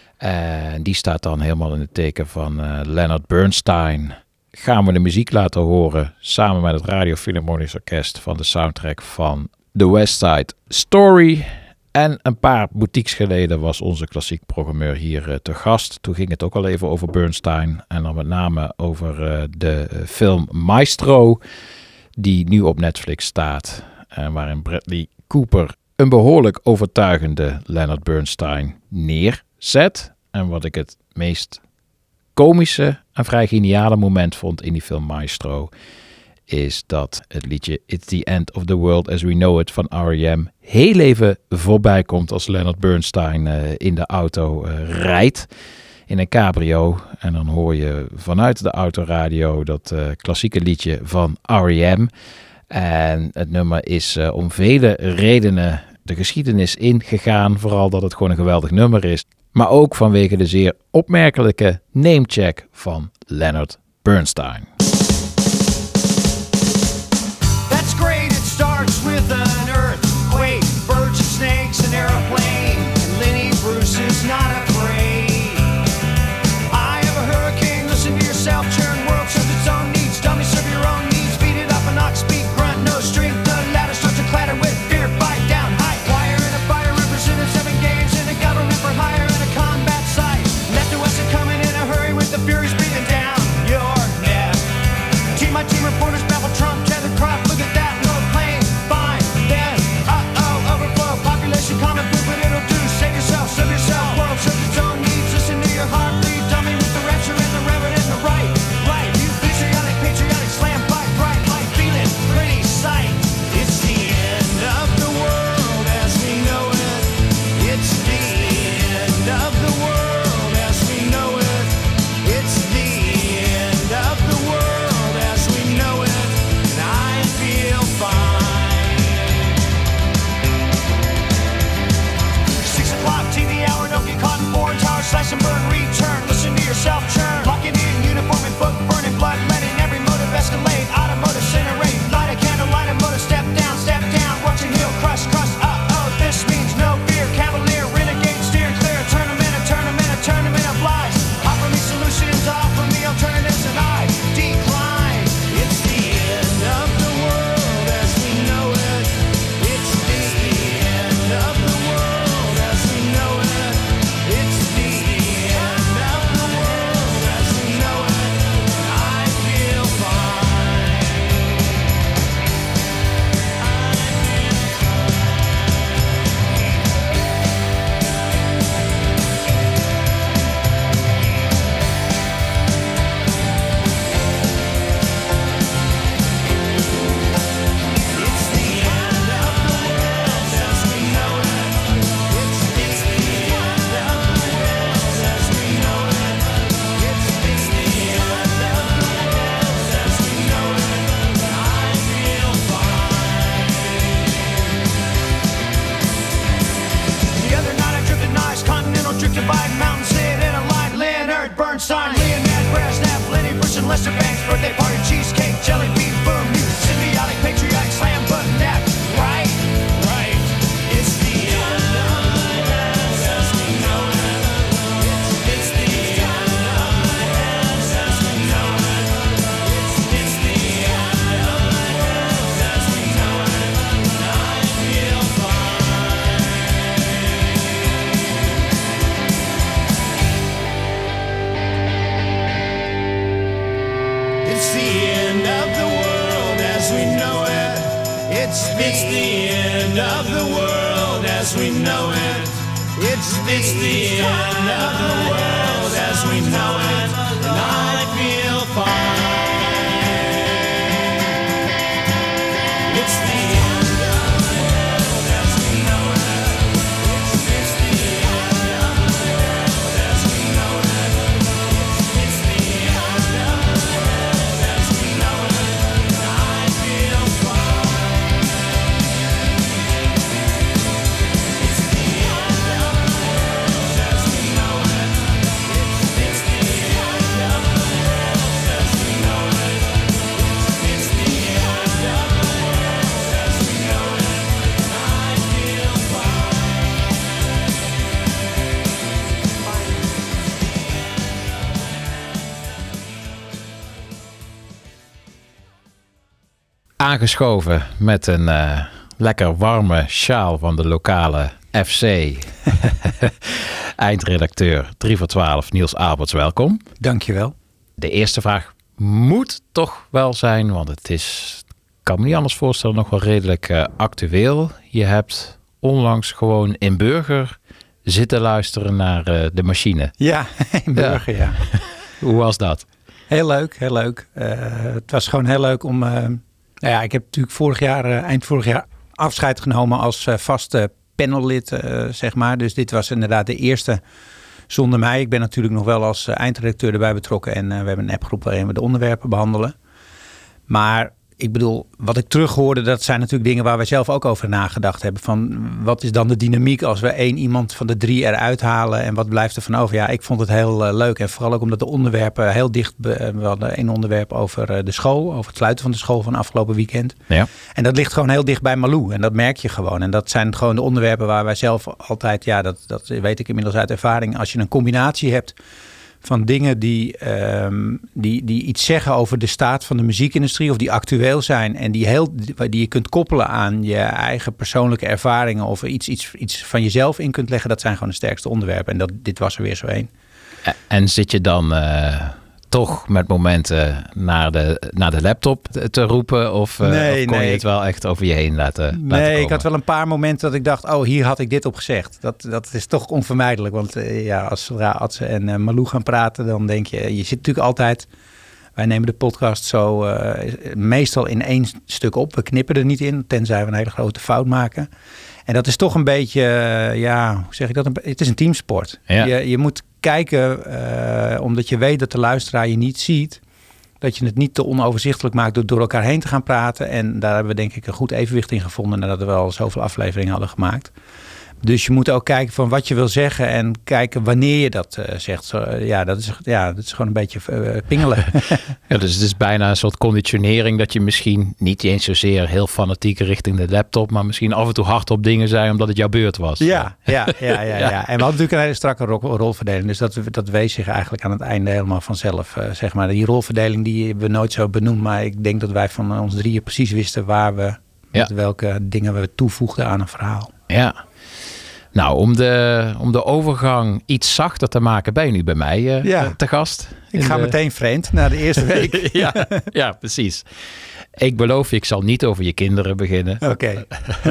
En die staat dan helemaal in het teken van Leonard Bernstein. Gaan we de muziek laten horen samen met het Radio Philharmonisch Orkest van de soundtrack van The West Side Story. En een paar boutiques geleden was onze klassiek programmeur hier te gast. Toen ging het ook al even over Bernstein en dan met name over de film Maestro, die nu op Netflix staat. Waarin Bradley Cooper een behoorlijk overtuigende Leonard Bernstein neerzet. En wat ik het meest komische en vrij geniale moment vond in die film Maestro is dat het liedje It's the End of the World as We Know It van R.E.M. heel even voorbij komt als Leonard Bernstein in de auto rijdt in een cabrio. En dan hoor je vanuit de autoradio dat klassieke liedje van R.E.M. En het nummer is om vele redenen de geschiedenis ingegaan. Vooral dat het gewoon een geweldig nummer is. Maar ook vanwege de zeer opmerkelijke namecheck van Leonard Bernstein. That's great, it starts with an earthquake, birds and snakes, an airplane, and Lenny Bruce is not afraid. I have a hurricane, listen to yourself, churn world serves its own needs, dummy serve your own needs, beat it up and knock, speak, grunt, no strength, the ladder starts to clatter with fear, bite down, high wire in a fire, represented 7 games in a government for hire in a combat site, left to west and coming in a hurry with the furies breathing down your neck. Team my team reporters babble Trump, tether crop, look at that, no plane, fine, then, overflow, population common food, but it'll do, save yourself, serve yourself, world serves its own needs, listen to your heart, bleed, dummy with the rapture and the reverend and the right, you patriotic, slam, fight, bright, light, feeling, pretty sight, it's the end of the world as we know it, it's the end of the world as we know it, it's the end of the world as we know it, and I feel fine. 6 o'clock, TV hour, don't get caught in foreign tower, slash and burn, return, listen to yourself churn, locking in uniform and book, burning blood, letting every motive escalate, automotive incinerate, light a candle, light a motor, step down, watch your heel, crush, this means no fear, cavalier, renegade, steering clear, a tournament of lies, offer me solutions, offer me alternatives, and I decline, it's the end of the world as we know it, it's the end of the world as we know it, it's the It's the end of the world as we know it. It's the end of the world as we know it. And I feel fine. It's the end of the world as we know it. It's the end of the world as we know it. It's the end of the world as we know it. And I feel fine. It's the end of the world as we know it. It's the end of the world as we know it. It's the end of the world as we know it. And I feel fine. Aangeschoven met een lekker warme sjaal van de lokale FC. Eindredacteur 3 voor 12 Niels Alberts, welkom. Dankjewel. De eerste vraag moet toch wel zijn, want het is, kan me niet anders voorstellen, nog wel redelijk actueel. Je hebt onlangs gewoon in Burger zitten luisteren naar de machine. Ja, in Burger, ja. Hoe was dat? Heel leuk, heel leuk. Het was gewoon heel leuk om... nou ja, ik heb natuurlijk eind vorig jaar afscheid genomen als vaste panellid, zeg maar. Dus dit was inderdaad de eerste zonder mij. Ik ben natuurlijk nog wel als eindredacteur erbij betrokken. En we hebben een appgroep waarin we de onderwerpen behandelen. Maar ik bedoel, wat ik terughoorde, dat zijn natuurlijk dingen waar wij zelf ook over nagedacht hebben. Van wat is dan de dynamiek als we 1 iemand van de 3 eruit halen en wat blijft er van over? Ja, ik vond het heel leuk. En vooral ook omdat de onderwerpen heel dicht... We hadden 1 onderwerp over de school, over het sluiten van de school van afgelopen weekend. Ja. En dat ligt gewoon heel dicht bij Malou. En dat merk je gewoon. En dat zijn gewoon de onderwerpen waar wij zelf altijd... Ja, dat weet ik inmiddels uit ervaring. Als je een combinatie hebt van dingen die iets zeggen over de staat van de muziekindustrie of die actueel zijn en die je kunt koppelen aan je eigen persoonlijke ervaringen of iets van jezelf in kunt leggen, dat zijn gewoon de sterkste onderwerpen. En dit was er weer zo één. En zit je dan toch met momenten naar de laptop te roepen? Of kon je het wel echt over je heen laten komen? Ik had wel een paar momenten dat ik dacht, oh, hier had ik dit op gezegd. Dat is toch onvermijdelijk. Want zodra Adse en Malou gaan praten, dan denk je zit natuurlijk altijd... Wij nemen de podcast zo meestal in 1 stuk op. We knippen er niet in, tenzij we een hele grote fout maken. En dat is toch een beetje, hoe zeg ik dat? Het is een teamsport. Ja. Je moet kijken, omdat je weet dat de luisteraar je niet ziet, dat je het niet te onoverzichtelijk maakt door elkaar heen te gaan praten. En daar hebben we denk ik een goed evenwicht in gevonden nadat we al zoveel afleveringen hadden gemaakt. Dus je moet ook kijken van wat je wil zeggen en kijken wanneer je dat zegt. Dat is gewoon een beetje pingelen. Ja, dus het is bijna een soort conditionering dat je misschien niet eens zozeer heel fanatiek richting de laptop, maar misschien af en toe hard op dingen zijn omdat het jouw beurt was. Ja. En we hadden natuurlijk een hele strakke rolverdeling. Dus dat wees zich eigenlijk aan het einde helemaal vanzelf. Zeg maar. Die rolverdeling die hebben we nooit zo benoemd, maar ik denk dat wij van ons 3 precies wisten waar we, met welke dingen we toevoegden aan een verhaal. Ja. Nou, om de overgang iets zachter te maken, ben je nu bij mij te gast. Ik ga meteen vreemd na de eerste week. ja, precies. Ik beloof je, ik zal niet over je kinderen beginnen. Oké.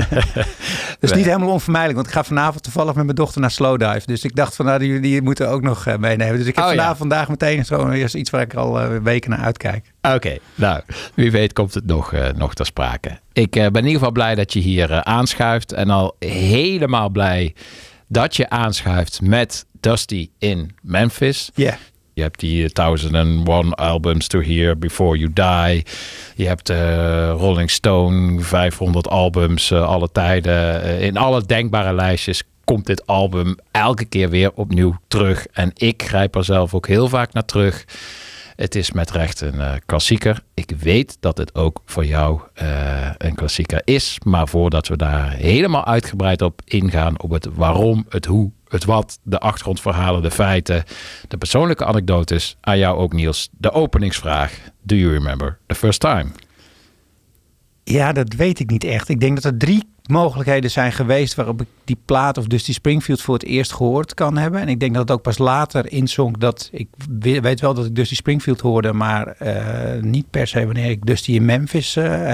Dat is niet helemaal onvermijdelijk, want ik ga vanavond toevallig met mijn dochter naar Slowdive. Dus ik dacht van, die moeten ook nog meenemen. Dus ik heb vandaag meteen zo iets waar ik al weken naar uitkijk. Oké, nou, wie weet komt het nog ter sprake. Ik ben in ieder geval blij dat je hier aanschuift. En al helemaal blij dat je aanschuift met Dusty in Memphis. Ja. Yeah. Je hebt die 1001 albums to hear before you die. Je hebt Rolling Stone, 500 albums, alle tijden. In alle denkbare lijstjes komt dit album elke keer weer opnieuw terug. En ik grijp er zelf ook heel vaak naar terug. Het is met recht een klassieker. Ik weet dat het ook voor jou een klassieker is. Maar voordat we daar helemaal uitgebreid op ingaan, op het waarom, het hoe, het wat, de achtergrondverhalen, de feiten, de persoonlijke anekdotes, aan jou ook Niels, de openingsvraag. Do you remember the first time? Ja, dat weet ik niet echt. Ik denk dat er 3 mogelijkheden zijn geweest waarop ik die plaat of Dusty Springfield voor het eerst gehoord kan hebben. En ik denk dat het ook pas later inzonk dat ik weet wel dat ik Dusty Springfield hoorde, maar niet per se wanneer ik Dusty in Memphis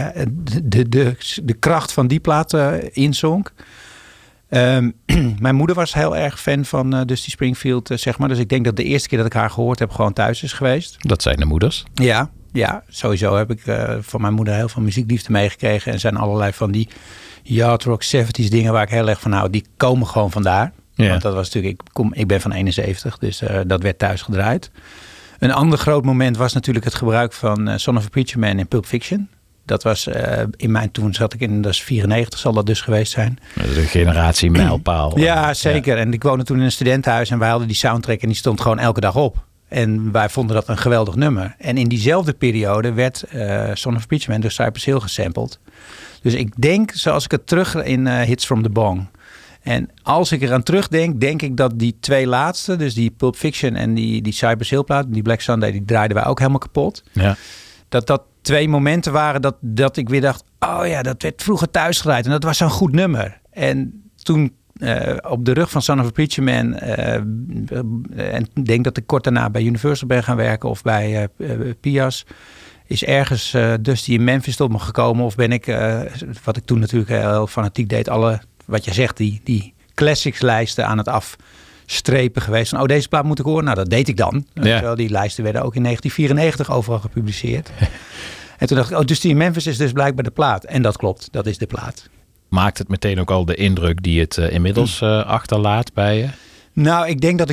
de kracht van die plaat inzonk. Mijn moeder was heel erg fan van Dusty Springfield, zeg maar. Dus ik denk dat de eerste keer dat ik haar gehoord heb gewoon thuis is geweest. Dat zijn de moeders. Ja, sowieso heb ik van mijn moeder heel veel muziekliefde meegekregen. En zijn allerlei van die yacht rock 70s dingen waar ik heel erg van hou. Die komen gewoon vandaar. Ja. Want dat was natuurlijk, ik ben van 71, dus dat werd thuis gedraaid. Een ander groot moment was natuurlijk het gebruik van Son of a Preacher Man in Pulp Fiction. Dat was toen zat ik in, dat is 94 zal dat dus geweest zijn. De generatie mijlpaal. Ja, zeker. Ja. En ik woonde toen in een studentenhuis en wij hadden die soundtrack en die stond gewoon elke dag op. En wij vonden dat een geweldig nummer. En in diezelfde periode werd Son of a Preacher Man door Cypress Hill gesampled. Dus ik denk, zoals ik het terug in Hits from the Bong. En als ik eraan terugdenk, denk ik dat die 2 laatste, dus die Pulp Fiction en die Cypress Hill plaat, die Black Sunday, die draaiden wij ook helemaal kapot. Ja. Dat 2 momenten waren dat ik weer dacht, oh ja, dat werd vroeger thuis gedraaid. En dat was zo'n goed nummer. En toen op de rug van Son of a Preacher Man, en ik denk dat ik kort daarna bij Universal ben gaan werken of bij Pias, is ergens Dusty in Memphis tot me gekomen. Of ben ik, wat ik toen natuurlijk heel fanatiek deed, alle, wat je zegt, die classics lijsten aan het afstrepen geweest. Van, deze plaat moet ik horen. Nou, dat deed ik dan. Ja. Terwijl die lijsten werden ook in 1994 overal gepubliceerd. En toen dacht ik, Dusty in Memphis is dus blijkbaar de plaat. En dat klopt, dat is de plaat. Maakt het meteen ook al de indruk die het inmiddels achterlaat bij je? Nou, ik denk dat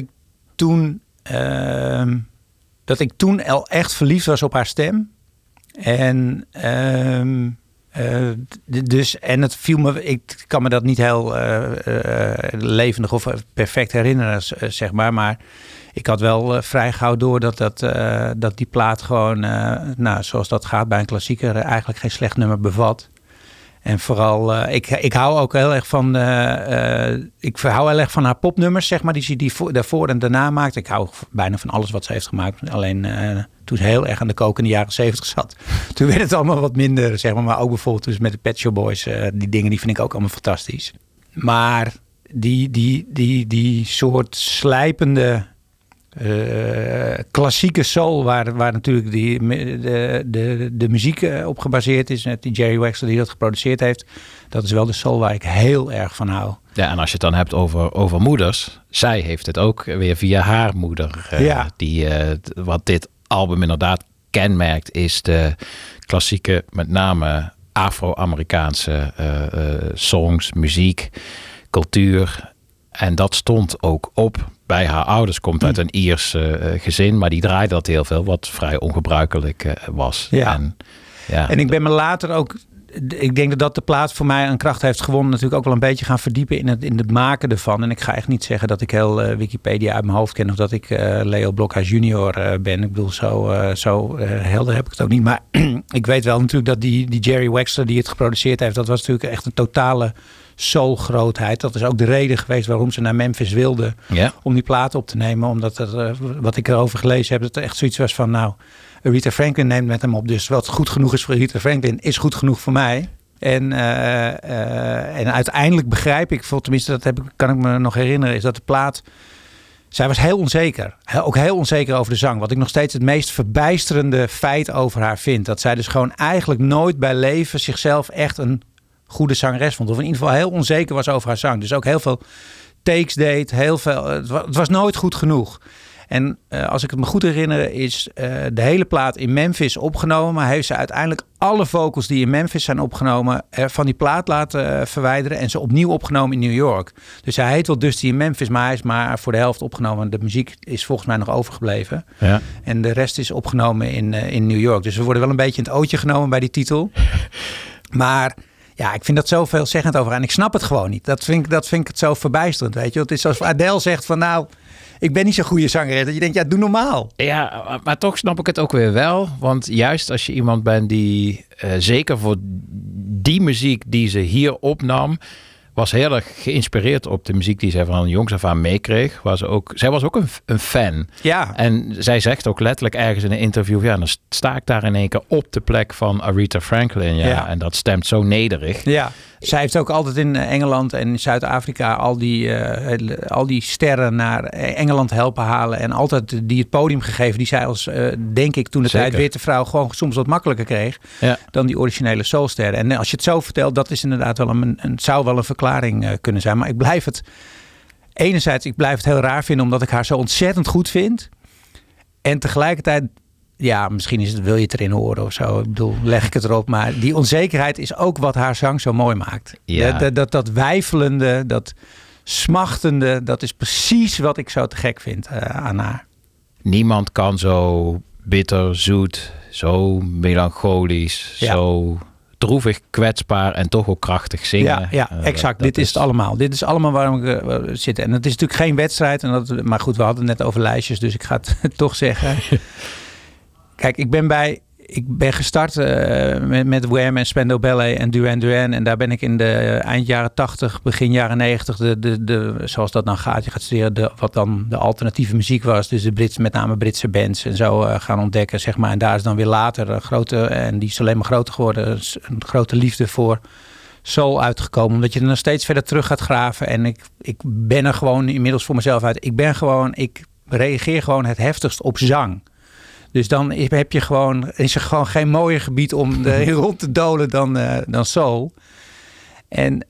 ik toen al echt verliefd was op haar stem. En en het viel me, ik kan me dat niet heel levendig of perfect herinneren, zeg maar. Maar ik had wel vrij gauw door dat die plaat gewoon, zoals dat gaat bij een klassieker, eigenlijk geen slecht nummer bevat. En vooral, ik hou ook heel erg van, ik hou heel erg van haar popnummers, zeg maar, die daarvoor en daarna maakt. Ik hou bijna van alles wat ze heeft gemaakt. Alleen toen ze heel erg aan de kook in de jaren 70 zat, toen werd het allemaal wat minder, zeg maar. Maar ook bijvoorbeeld dus met de Pet Shop Boys, die dingen, die vind ik ook allemaal fantastisch. Maar die soort slijpende klassieke soul, waar natuurlijk de muziek op gebaseerd is, die Jerry Wexler die dat geproduceerd heeft, dat is wel de soul waar ik heel erg van hou. Ja, en als je het dan hebt over moeders, zij heeft het ook weer via haar moeder. Wat dit album inderdaad kenmerkt, is de klassieke, met name Afro-Amerikaanse songs, muziek, cultuur. En dat stond ook op bij haar ouders. Komt uit een Iers gezin, maar die draaide dat heel veel, wat vrij ongebruikelijk was. Ja. En ik ben me later ook, ik denk dat de plaat voor mij een kracht heeft gewonnen, natuurlijk ook wel een beetje gaan verdiepen in het maken ervan. En ik ga echt niet zeggen dat ik heel Wikipedia uit mijn hoofd ken of dat ik Leo Blokhuis junior ben. Ik bedoel, zo helder heb ik het ook niet. Maar ik weet wel natuurlijk dat die Jerry Wexler die het geproduceerd heeft, dat was natuurlijk echt een totale soulgrootheid. Dat is ook de reden geweest waarom ze naar Memphis wilden om die plaat op te nemen. Omdat wat ik erover gelezen heb, dat er echt zoiets was van, nou, Aretha Franklin neemt met hem op. Dus wat goed genoeg is voor Aretha Franklin, is goed genoeg voor mij. En uiteindelijk begrijp ik, tenminste kan ik me nog herinneren, is dat de plaat, zij was heel onzeker. Ook heel onzeker over de zang. Wat ik nog steeds het meest verbijsterende feit over haar vind. Dat zij dus gewoon eigenlijk nooit bij leven zichzelf echt een goede zangeres vond. Of in ieder geval heel onzeker was over haar zang. Dus ook heel veel takes deed. Het was nooit goed genoeg. En als ik het me goed herinner, is de hele plaat in Memphis opgenomen. Maar heeft ze uiteindelijk alle vocals die in Memphis zijn opgenomen van die plaat laten verwijderen. En ze opnieuw opgenomen in New York. Dus hij heet wel Dusty in Memphis, maar hij is maar voor de helft opgenomen. De muziek is volgens mij nog overgebleven. Ja. En de rest is opgenomen in New York. Dus we worden wel een beetje in het ootje genomen bij die titel. Maar ja, ik vind dat zo veelzeggend over haar. En ik snap het gewoon niet. Dat vind ik het zo verbijsterend, weet je. Het is zoals Adele zegt van, nou, ik ben niet zo'n goede zangeres. Dat je denkt, ja, doe normaal. Ja, maar toch snap ik het ook weer wel. Want juist als je iemand bent die, zeker voor die muziek die ze hier opnam, was heel erg geïnspireerd op de muziek die zij van jongs af aan meekreeg. Zij was ook een fan. Ja. En zij zegt ook letterlijk ergens in een interview, ja, dan sta ik daar in één keer op de plek van Aretha Franklin. Ja. Ja. En dat stemt zo nederig. Ja, zij heeft ook altijd in Engeland en Zuid-Afrika al die sterren naar Engeland helpen halen. En altijd die het podium gegeven die zij als, denk ik, toen de Zeker. tijd witte vrouw gewoon soms wat makkelijker kreeg dan die originele soulsterren. En als je het zo vertelt, dat is inderdaad wel zou wel een verklaring kunnen zijn. Maar ik blijf het heel raar vinden omdat ik haar zo ontzettend goed vind. En tegelijkertijd, ja, misschien wil je het erin horen of zo. Ik bedoel, leg ik het erop. Maar die onzekerheid is ook wat haar zang zo mooi maakt. Ja. Dat weifelende, dat smachtende, dat is precies wat ik zo te gek vind aan haar. Niemand kan zo bitter, zoet, zo melancholisch, zo droevig, kwetsbaar en toch ook krachtig zingen. Ja, exact. Dit is het allemaal. Dit is allemaal waarom ik zit. En het is natuurlijk geen wedstrijd. Maar goed, we hadden het net over lijstjes, dus ik ga het toch zeggen. Kijk, ik ben gestart met Wham en Spandau Ballet en Duran Duran. En daar ben ik in de eind jaren 80, begin jaren 90, zoals dat dan gaat. Je gaat studeren wat dan de alternatieve muziek was. Dus met name Britse bands en zo gaan ontdekken, zeg maar. En daar is dan weer later en die is alleen maar groter geworden, een grote liefde voor soul uitgekomen. Omdat je er nog steeds verder terug gaat graven. En ik ben er gewoon inmiddels voor mezelf uit. Ik reageer gewoon het heftigst op zang. Dus dan is er gewoon geen mooier gebied om rond te dolen dan soul. En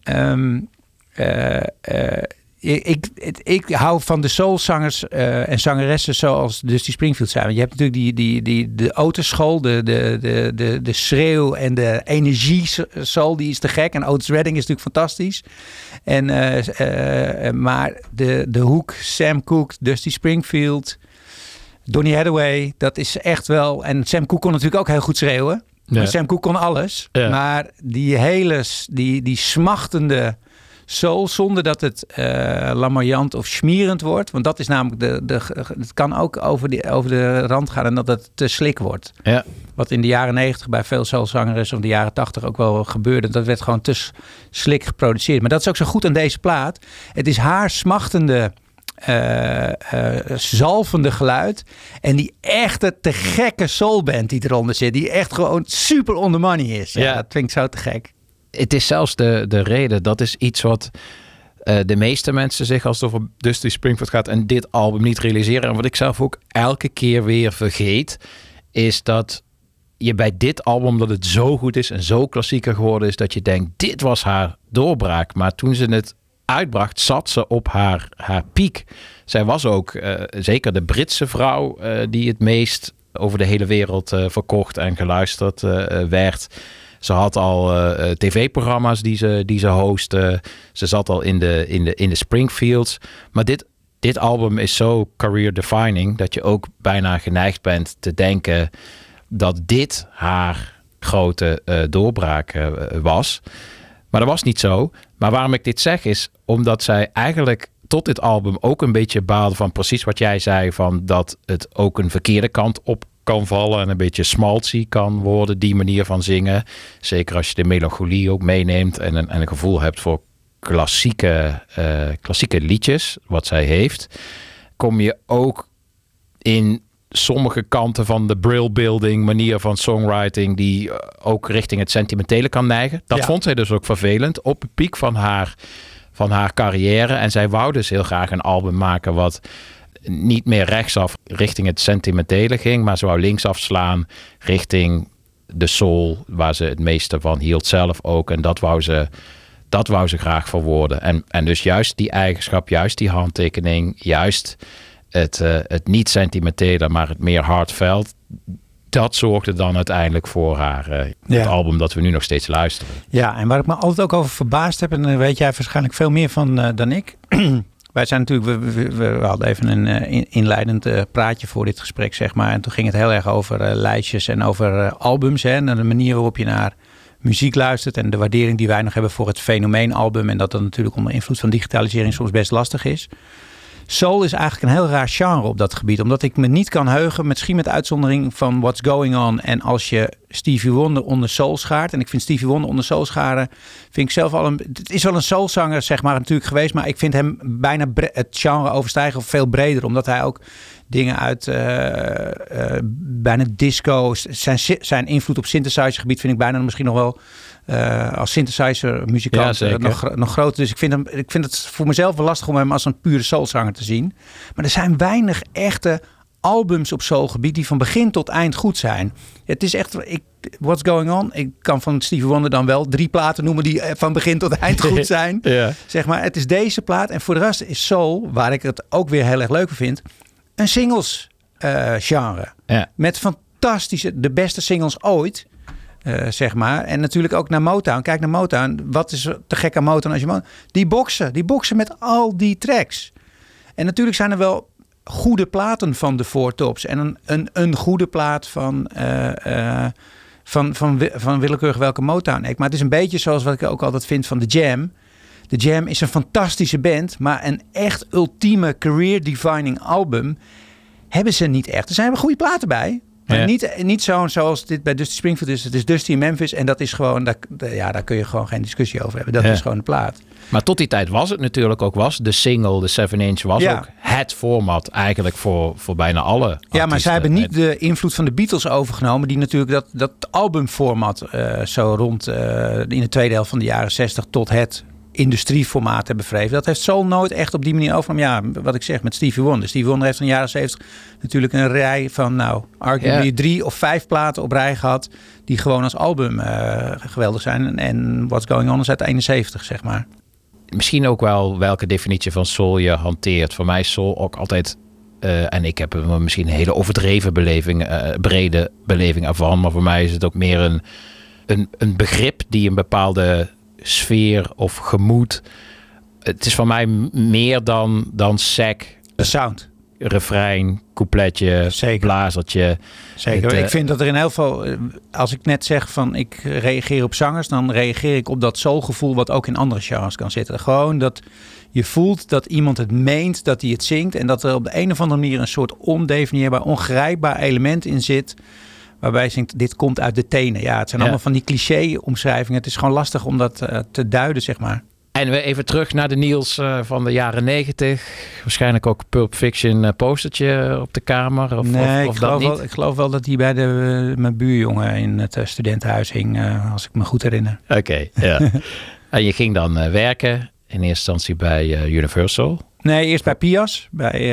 ik hou van de soulzangers en zangeressen zoals Dusty Springfield zijn. Want je hebt natuurlijk de autoschool, de schreeuw en de energie soul, die is te gek. En Otis Redding is natuurlijk fantastisch. Maar de hoek, Sam Cooke, Dusty Springfield, Donny Hathaway, dat is echt wel... En Sam Cooke kon natuurlijk ook heel goed schreeuwen. Ja. Sam Cooke kon alles. Ja. Maar die smachtende soul, zonder dat het lamoyant of schmierend wordt. Want dat is namelijk het kan ook over de rand gaan en dat het te slik wordt. Ja. Wat in de jaren 90 bij veel soulzangers of de jaren 80 ook wel gebeurde. Dat werd gewoon te slik geproduceerd. Maar dat is ook zo goed aan deze plaat. Het is haar smachtende... zalvende geluid en die echte te gekke soulband die eronder zit, die echt gewoon super on the money is. Ja, dat klinkt zo te gek. Het is zelfs de reden, dat is iets wat de meeste mensen zich als het over Dusty Springfield gaat en dit album niet realiseren. En wat ik zelf ook elke keer weer vergeet, is dat je bij dit album, dat het zo goed is en zo klassieker geworden is, dat je denkt, dit was haar doorbraak. Maar toen ze het uitbracht, zat ze op haar piek. Zij was ook zeker de Britse vrouw die het meest over de hele wereld verkocht en geluisterd werd. Ze had al tv-programma's die ze hostte. Ze zat al in de Springfields. Maar dit album is zo career defining dat je ook bijna geneigd bent te denken dat dit haar grote doorbraak was. Maar dat was niet zo. Maar waarom ik dit zeg is omdat zij eigenlijk tot dit album ook een beetje baalde van precies wat jij zei, van dat het ook een verkeerde kant op kan vallen en een beetje smaltzy kan worden, die manier van zingen. Zeker als je de melancholie ook meeneemt en een gevoel hebt voor klassieke liedjes, wat zij heeft, kom je ook in sommige kanten van de Brill Building manier van songwriting die ook richting het sentimentele kan neigen. Dat vond zij dus ook vervelend op de piek van haar carrière. En zij wou dus heel graag een album maken wat niet meer rechtsaf richting het sentimentele ging, maar ze wou linksaf slaan richting de soul, waar ze het meeste van hield zelf ook. En dat wou ze graag verwoorden. En dus juist die eigenschap, juist die handtekening, juist het niet sentimentele, maar het meer heartfelt, dat zorgde dan uiteindelijk voor haar het album dat we nu nog steeds luisteren. Ja, en waar ik me altijd ook over verbaasd heb, en daar weet jij waarschijnlijk veel meer van dan ik. Wij zijn natuurlijk, we hadden even een inleidend praatje voor dit gesprek, zeg maar. En toen ging het heel erg over lijstjes en over albums. Hè, en de manier waarop je naar muziek luistert en de waardering die wij nog hebben voor het fenomeenalbum. En dat natuurlijk onder invloed van digitalisering soms best lastig is. Soul is eigenlijk een heel raar genre op dat gebied. Omdat ik me niet kan heugen, misschien met uitzondering van What's Going On. En als je Stevie Wonder onder soul schaart. En ik vind Stevie Wonder onder soul scharen, vind ik zelf het is wel een soulzanger, zeg maar, natuurlijk geweest. Maar ik vind hem bijna het genre overstijgen of veel breder. Omdat hij ook dingen uit bijna disco. Zijn invloed op synthesizergebied vind ik bijna misschien nog wel als synthesizer muzikant nog groter. Dus ik vind het voor mezelf wel lastig om hem als een pure soulzanger te zien. Maar er zijn weinig echte albums op soulgebied die van begin tot eind goed zijn. Het is echt... What's Going On? Ik kan van Stevie Wonder dan wel 3 platen noemen die van begin tot eind goed zijn. Ja. Zeg maar, het is deze plaat. En voor de rest is soul, waar ik het ook weer heel erg leuk vind, een singles genre. Ja. Met fantastische, de beste singles ooit. Zeg maar. En natuurlijk ook naar Motown. Kijk naar Motown. Wat is te gek aan Motown als je Die boksen met al die tracks. En natuurlijk zijn er wel goede platen van de Four Tops. En een goede plaat van willekeurig welke Motown act. Maar het is een beetje zoals wat ik ook altijd vind van The Jam. The Jam is een fantastische band. Maar een echt ultieme career-defining album hebben ze niet echt. Er zijn wel goede platen bij. Maar niet zo zoals dit bij Dusty Springfield is. Het is Dusty in Memphis. En dat is gewoon, daar kun je gewoon geen discussie over hebben. Dat is gewoon de plaat. Maar tot die tijd was het natuurlijk ook de single, de 7-inch was ook het format eigenlijk voor bijna alle artiesten. Ja, maar zij hebben niet de invloed van de Beatles overgenomen. Die natuurlijk dat albumformat zo rond in de tweede helft van de jaren 60 tot het industrieformaat hebben verheven. Dat heeft Soul nooit echt op die manier overgenomen. Ja, wat ik zeg met Stevie Wonder. Stevie Wonder heeft in de jaren 70 natuurlijk een rij van arguably 3 of 5 platen op rij gehad die gewoon als album geweldig zijn. En What's Going On is uit 71, zeg maar. Misschien ook wel welke definitie van soul je hanteert. Voor mij is soul ook altijd, en ik heb misschien een hele overdreven brede beleving ervan, maar voor mij is het ook meer een begrip die een bepaalde sfeer of gemoed. Het is voor mij meer dan sec. De sound. Refrein, coupletje, blazertje. Zeker. Ik vind dat er in heel veel... Als ik net zeg van ik reageer op zangers, dan reageer ik op dat soulgevoel wat ook in andere genres kan zitten. Gewoon dat je voelt dat iemand het meent, dat hij het zingt en dat er op de een of andere manier een soort ondefinieerbaar, ongrijpbaar element in zit. Waarbij je denkt, dit komt uit de tenen. Ja, het zijn allemaal van die cliché-omschrijvingen. Het is gewoon lastig om dat te duiden, zeg maar. En we even terug naar de Niels van de jaren 90. Waarschijnlijk ook Pulp Fiction postertje op de kamer. Ik geloof wel dat die bij mijn buurjongen in het studentenhuis hing. Als ik me goed herinner. Oké, ja. En je ging dan werken. In eerste instantie bij Universal. Nee, eerst bij Pias.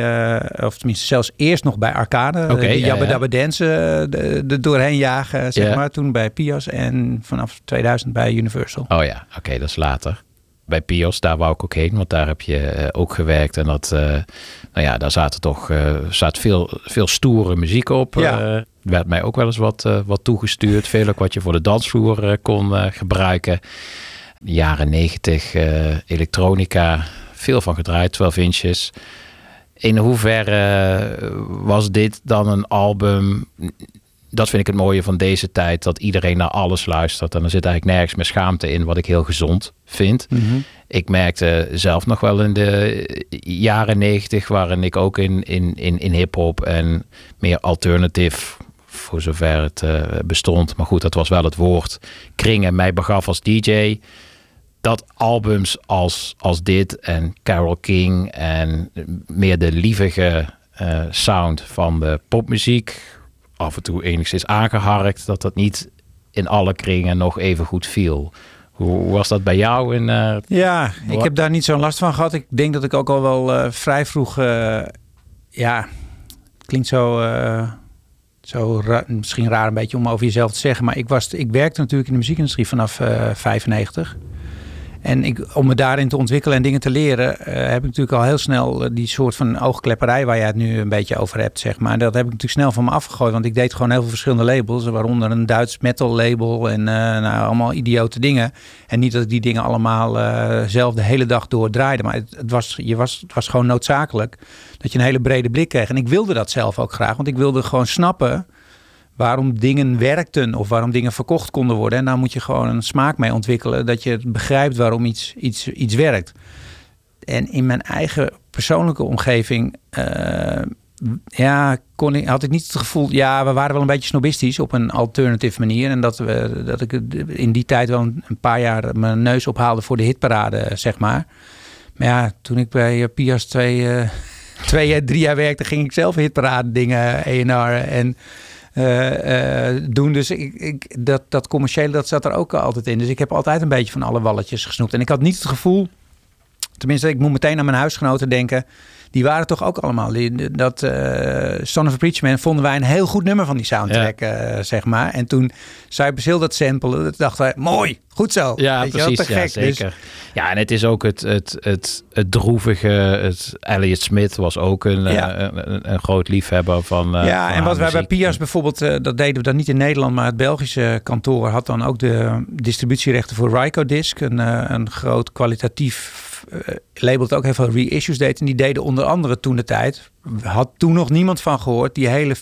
Of tenminste zelfs eerst nog bij Arcade. Jabba Dabba Dance er doorheen jagen, zeg maar. Toen bij Pias en vanaf 2000 bij Universal. Oh ja, oké, dat is later. Bij Pios, daar wou ik ook heen, want daar heb je ook gewerkt. En dat, daar zat veel stoere muziek op. Er werd mij ook wel eens wat toegestuurd. Veel ook wat je voor de dansvloer kon gebruiken. Jaren 90, elektronica, veel van gedraaid, 12 inches. In hoeverre was dit dan een album? Dat vind ik het mooie van deze tijd, dat iedereen naar alles luistert. En er zit eigenlijk nergens meer schaamte in, wat ik heel gezond vind. Mm-hmm. Ik merkte zelf nog wel in de jaren 90, waarin ik ook in hiphop en meer alternative, voor zover het bestond. Maar goed, dat was wel het woord. Kringen mij begaf als DJ. Dat albums als dit en Carole King en meer de lievige sound van de popmuziek, af en toe enigszins aangeharkt, dat niet in alle kringen nog even goed viel. Hoe was dat bij jou? Ik heb daar niet zo'n last van gehad. Ik denk dat ik ook al wel vrij vroeg, klinkt zo misschien raar een beetje om over jezelf te zeggen, maar ik werkte natuurlijk in de muziekindustrie vanaf 95. En om me daarin te ontwikkelen en dingen te leren, heb ik natuurlijk al heel snel die soort van oogklepperij waar jij het nu een beetje over hebt, zeg maar. Dat heb ik natuurlijk snel van me afgegooid, want ik deed gewoon heel veel verschillende labels, waaronder een Duits metal label en allemaal idiote dingen. En niet dat ik die dingen allemaal zelf de hele dag door draaide, maar het was gewoon noodzakelijk dat je een hele brede blik kreeg. En ik wilde dat zelf ook graag, want ik wilde gewoon snappen waarom dingen werkten of waarom dingen verkocht konden worden. En daar moet je gewoon een smaak mee ontwikkelen, dat je begrijpt waarom iets werkt. En in mijn eigen persoonlijke omgeving... had ik niet het gevoel... Ja, we waren wel een beetje snobistisch op een alternative manier. En dat ik in die tijd wel een paar jaar mijn neus ophaalde voor de hitparade, zeg maar. Maar ja, toen ik bij Pias 3 jaar werkte, ging ik zelf hitparade dingen A&R en doen. Dus dat commerciële, dat zat er ook altijd in. Dus ik heb altijd een beetje van alle walletjes gesnoept. En ik had niet het gevoel... Tenminste, ik moet meteen aan mijn huisgenoten denken. Die waren toch ook allemaal... Son of a Preacher Man vonden wij een heel goed nummer van die soundtrack, zeg maar. En toen Cypress Hill dat sample, dat dachten wij, mooi, goed zo. Ja, weet precies. je wel, te gek. Ja, zeker. Ja, en het is ook het droevige. Elliott Smith was ook een groot liefhebber van en wat wij muziek. bij Pias bijvoorbeeld, dat deden we dan niet in Nederland, maar het Belgische kantoor had dan ook de distributierechten voor Ryko Disc, een groot kwalitatief label dat ook heel veel reissues deed. En die deden onder andere toen de tijd, had toen nog niemand van gehoord, die hele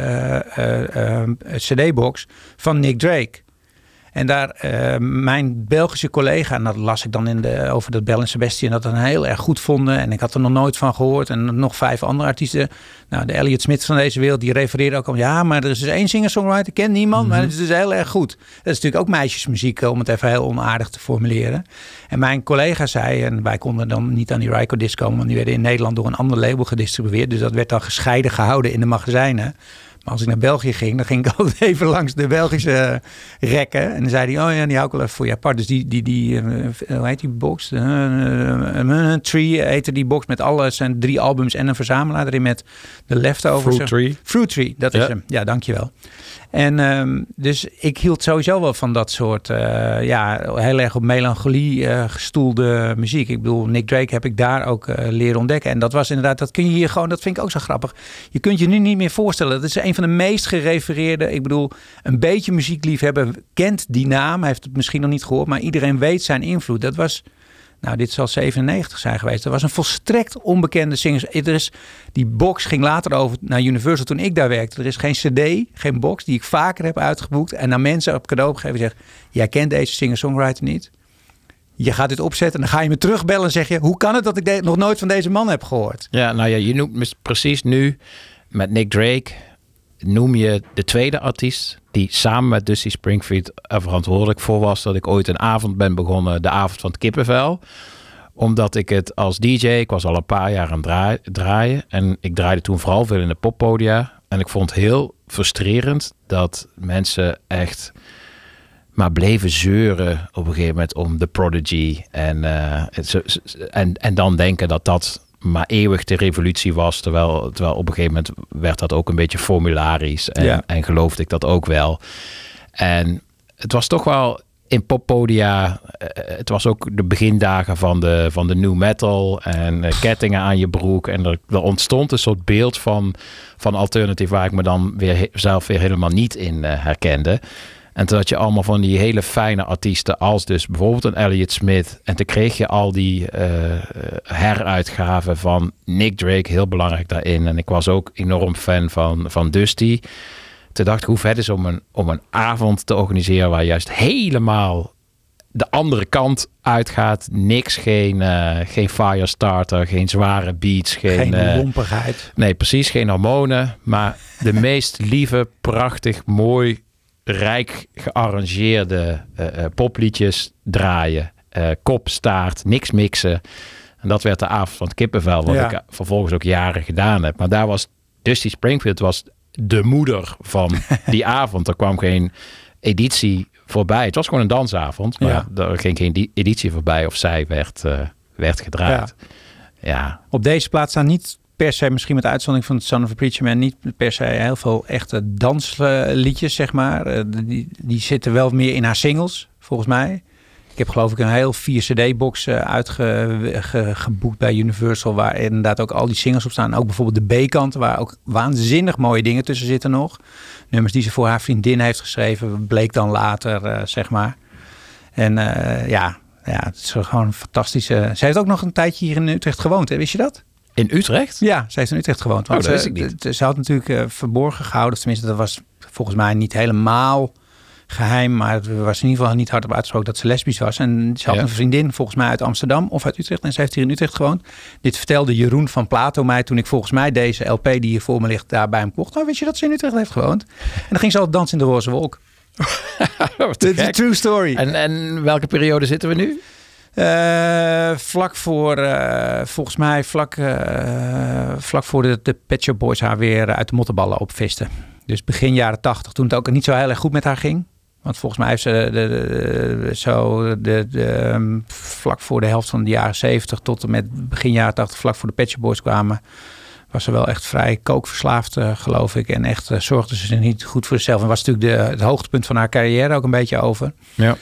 CD-box van Nick Drake. En daar mijn Belgische collega, en dat las ik dan over dat Bell en Sebastian dat dan heel erg goed vonden. En ik had er nog nooit van gehoord. En nog 5 andere artiesten. Nou, de Elliott Smith van deze wereld, die refereerde ook al. Ja, maar er is dus 1 singer-songwriter, kent niemand. Maar het is dus heel erg goed. Dat is natuurlijk ook meisjesmuziek, om het even heel onaardig te formuleren. En mijn collega zei, en wij konden dan niet aan die Ryko Disc komen, want die werden in Nederland door een ander label gedistribueerd. Dus dat werd dan gescheiden gehouden in de magazijnen. Maar als ik naar België ging, dan ging ik altijd even langs de Belgische rekken. En dan zei hij, oh ja, die hou ik wel even voor je apart. Dus die hoe heet die box? Tree heette die box met zijn 3 albums en een verzamelaar erin met de leftovers. Fruit Tree, dat is hem. Ja, dankjewel. En dus ik hield sowieso wel van dat soort, heel erg op melancholie gestoelde muziek. Ik bedoel, Nick Drake heb ik daar ook leren ontdekken. En dat was inderdaad, dat kun je hier gewoon, dat vind ik ook zo grappig. Je kunt je nu niet meer voorstellen. Dat is een van de meest gerefereerde, ik bedoel, een beetje muziekliefhebber kent die naam. Hij heeft het misschien nog niet gehoord, maar iedereen weet zijn invloed. Dat was... Nou, dit zal 97 zijn geweest. Dat was een volstrekt onbekende singer. Die box ging later over naar Universal toen ik daar werkte. Er is geen cd, geen box die ik vaker heb uitgeboekt en naar mensen op cadeau gegeven en zeg: jij kent deze singer-songwriter niet? Je gaat dit opzetten en dan ga je me terugbellen en zeg je: hoe kan het dat ik nog nooit van deze man heb gehoord? Ja, nou ja, je noemt precies nu met Nick Drake noem je de tweede artiest die samen met Dusty Springfield er verantwoordelijk voor was dat ik ooit een avond ben begonnen, de avond van het kippenvel. Omdat ik het als DJ, ik was al een paar jaar aan het draaien en ik draaide toen vooral veel in de poppodia. En ik vond het heel frustrerend dat mensen echt maar bleven zeuren op een gegeven moment om The Prodigy. En dan denken dat dat maar eeuwig de revolutie was. Terwijl op een gegeven moment werd dat ook een beetje formularisch. En geloofde ik dat ook wel. En het was toch wel in poppodia. Het was ook de begindagen van de new metal. En kettingen aan je broek. En er ontstond een soort beeld van alternative waar ik me dan zelf weer helemaal niet in herkende. En toen had je allemaal van die hele fijne artiesten als dus bijvoorbeeld een Elliott Smith. En toen kreeg je al die heruitgaven van Nick Drake, heel belangrijk daarin. En ik was ook enorm fan van Dusty. Toen dacht ik, hoe vet is om een avond te organiseren waar juist helemaal de andere kant uitgaat. Niks, geen firestarter, geen zware beats. Geen lompigheid. Nee, precies, geen hormonen. Maar de meest lieve, prachtig, mooi, rijk gearrangeerde popliedjes draaien. Kop, staart, niks mixen. En dat werd de avond van het kippenvel, wat ik vervolgens ook jaren gedaan heb. Maar daar was Dusty Springfield was de moeder van die avond. Er kwam geen editie voorbij. Het was gewoon een dansavond, maar er ging geen editie voorbij of zij werd gedraaid. Ja. Op deze plaats staan niet per se, misschien met uitzondering van Son of a Preacher Man, niet per se heel veel echte dansliedjes, zeg maar. Die zitten wel meer in haar singles, volgens mij. Ik heb geloof ik een heel 4-cd-box uitgeboekt bij Universal, waar inderdaad ook al die singles op staan. Ook bijvoorbeeld de B-kant, waar ook waanzinnig mooie dingen tussen zitten nog. Nummers die ze voor haar vriendin heeft geschreven, bleek dan later, zeg maar. En het is gewoon een fantastische... Ze heeft ook nog een tijdje hier in Utrecht gewoond, hè? Wist je dat? In Utrecht? Ja, ze heeft in Utrecht gewoond. Dat wist ik niet. Ze had natuurlijk verborgen gehouden. Tenminste, dat was volgens mij niet helemaal geheim, maar het was in ieder geval niet hardop uitgesproken dat ze lesbisch was. En ze had een vriendin volgens mij uit Amsterdam of uit Utrecht. En ze heeft hier in Utrecht gewoond. Dit vertelde Jeroen van Plato mij toen ik volgens mij deze LP die hier voor me ligt daar bij hem kocht. Nou, weet je dat ze in Utrecht heeft gewoond? En dan ging ze altijd dansen in de roze wolk. Dit is een true story. En welke periode zitten we nu? Vlak voor, volgens mij vlak voor de Pet Shop Boys haar weer uit de mottenballen opvisten. Dus begin jaren 80, toen het ook niet zo heel erg goed met haar ging. Want volgens mij heeft ze vlak voor de helft van de jaren 70 tot en met begin jaren 80, vlak voor de Pet Shop Boys kwamen, was ze wel echt vrij kookverslaafd, geloof ik. En echt zorgde ze niet goed voor zichzelf. En was natuurlijk het hoogtepunt van haar carrière ook een beetje over. Ja.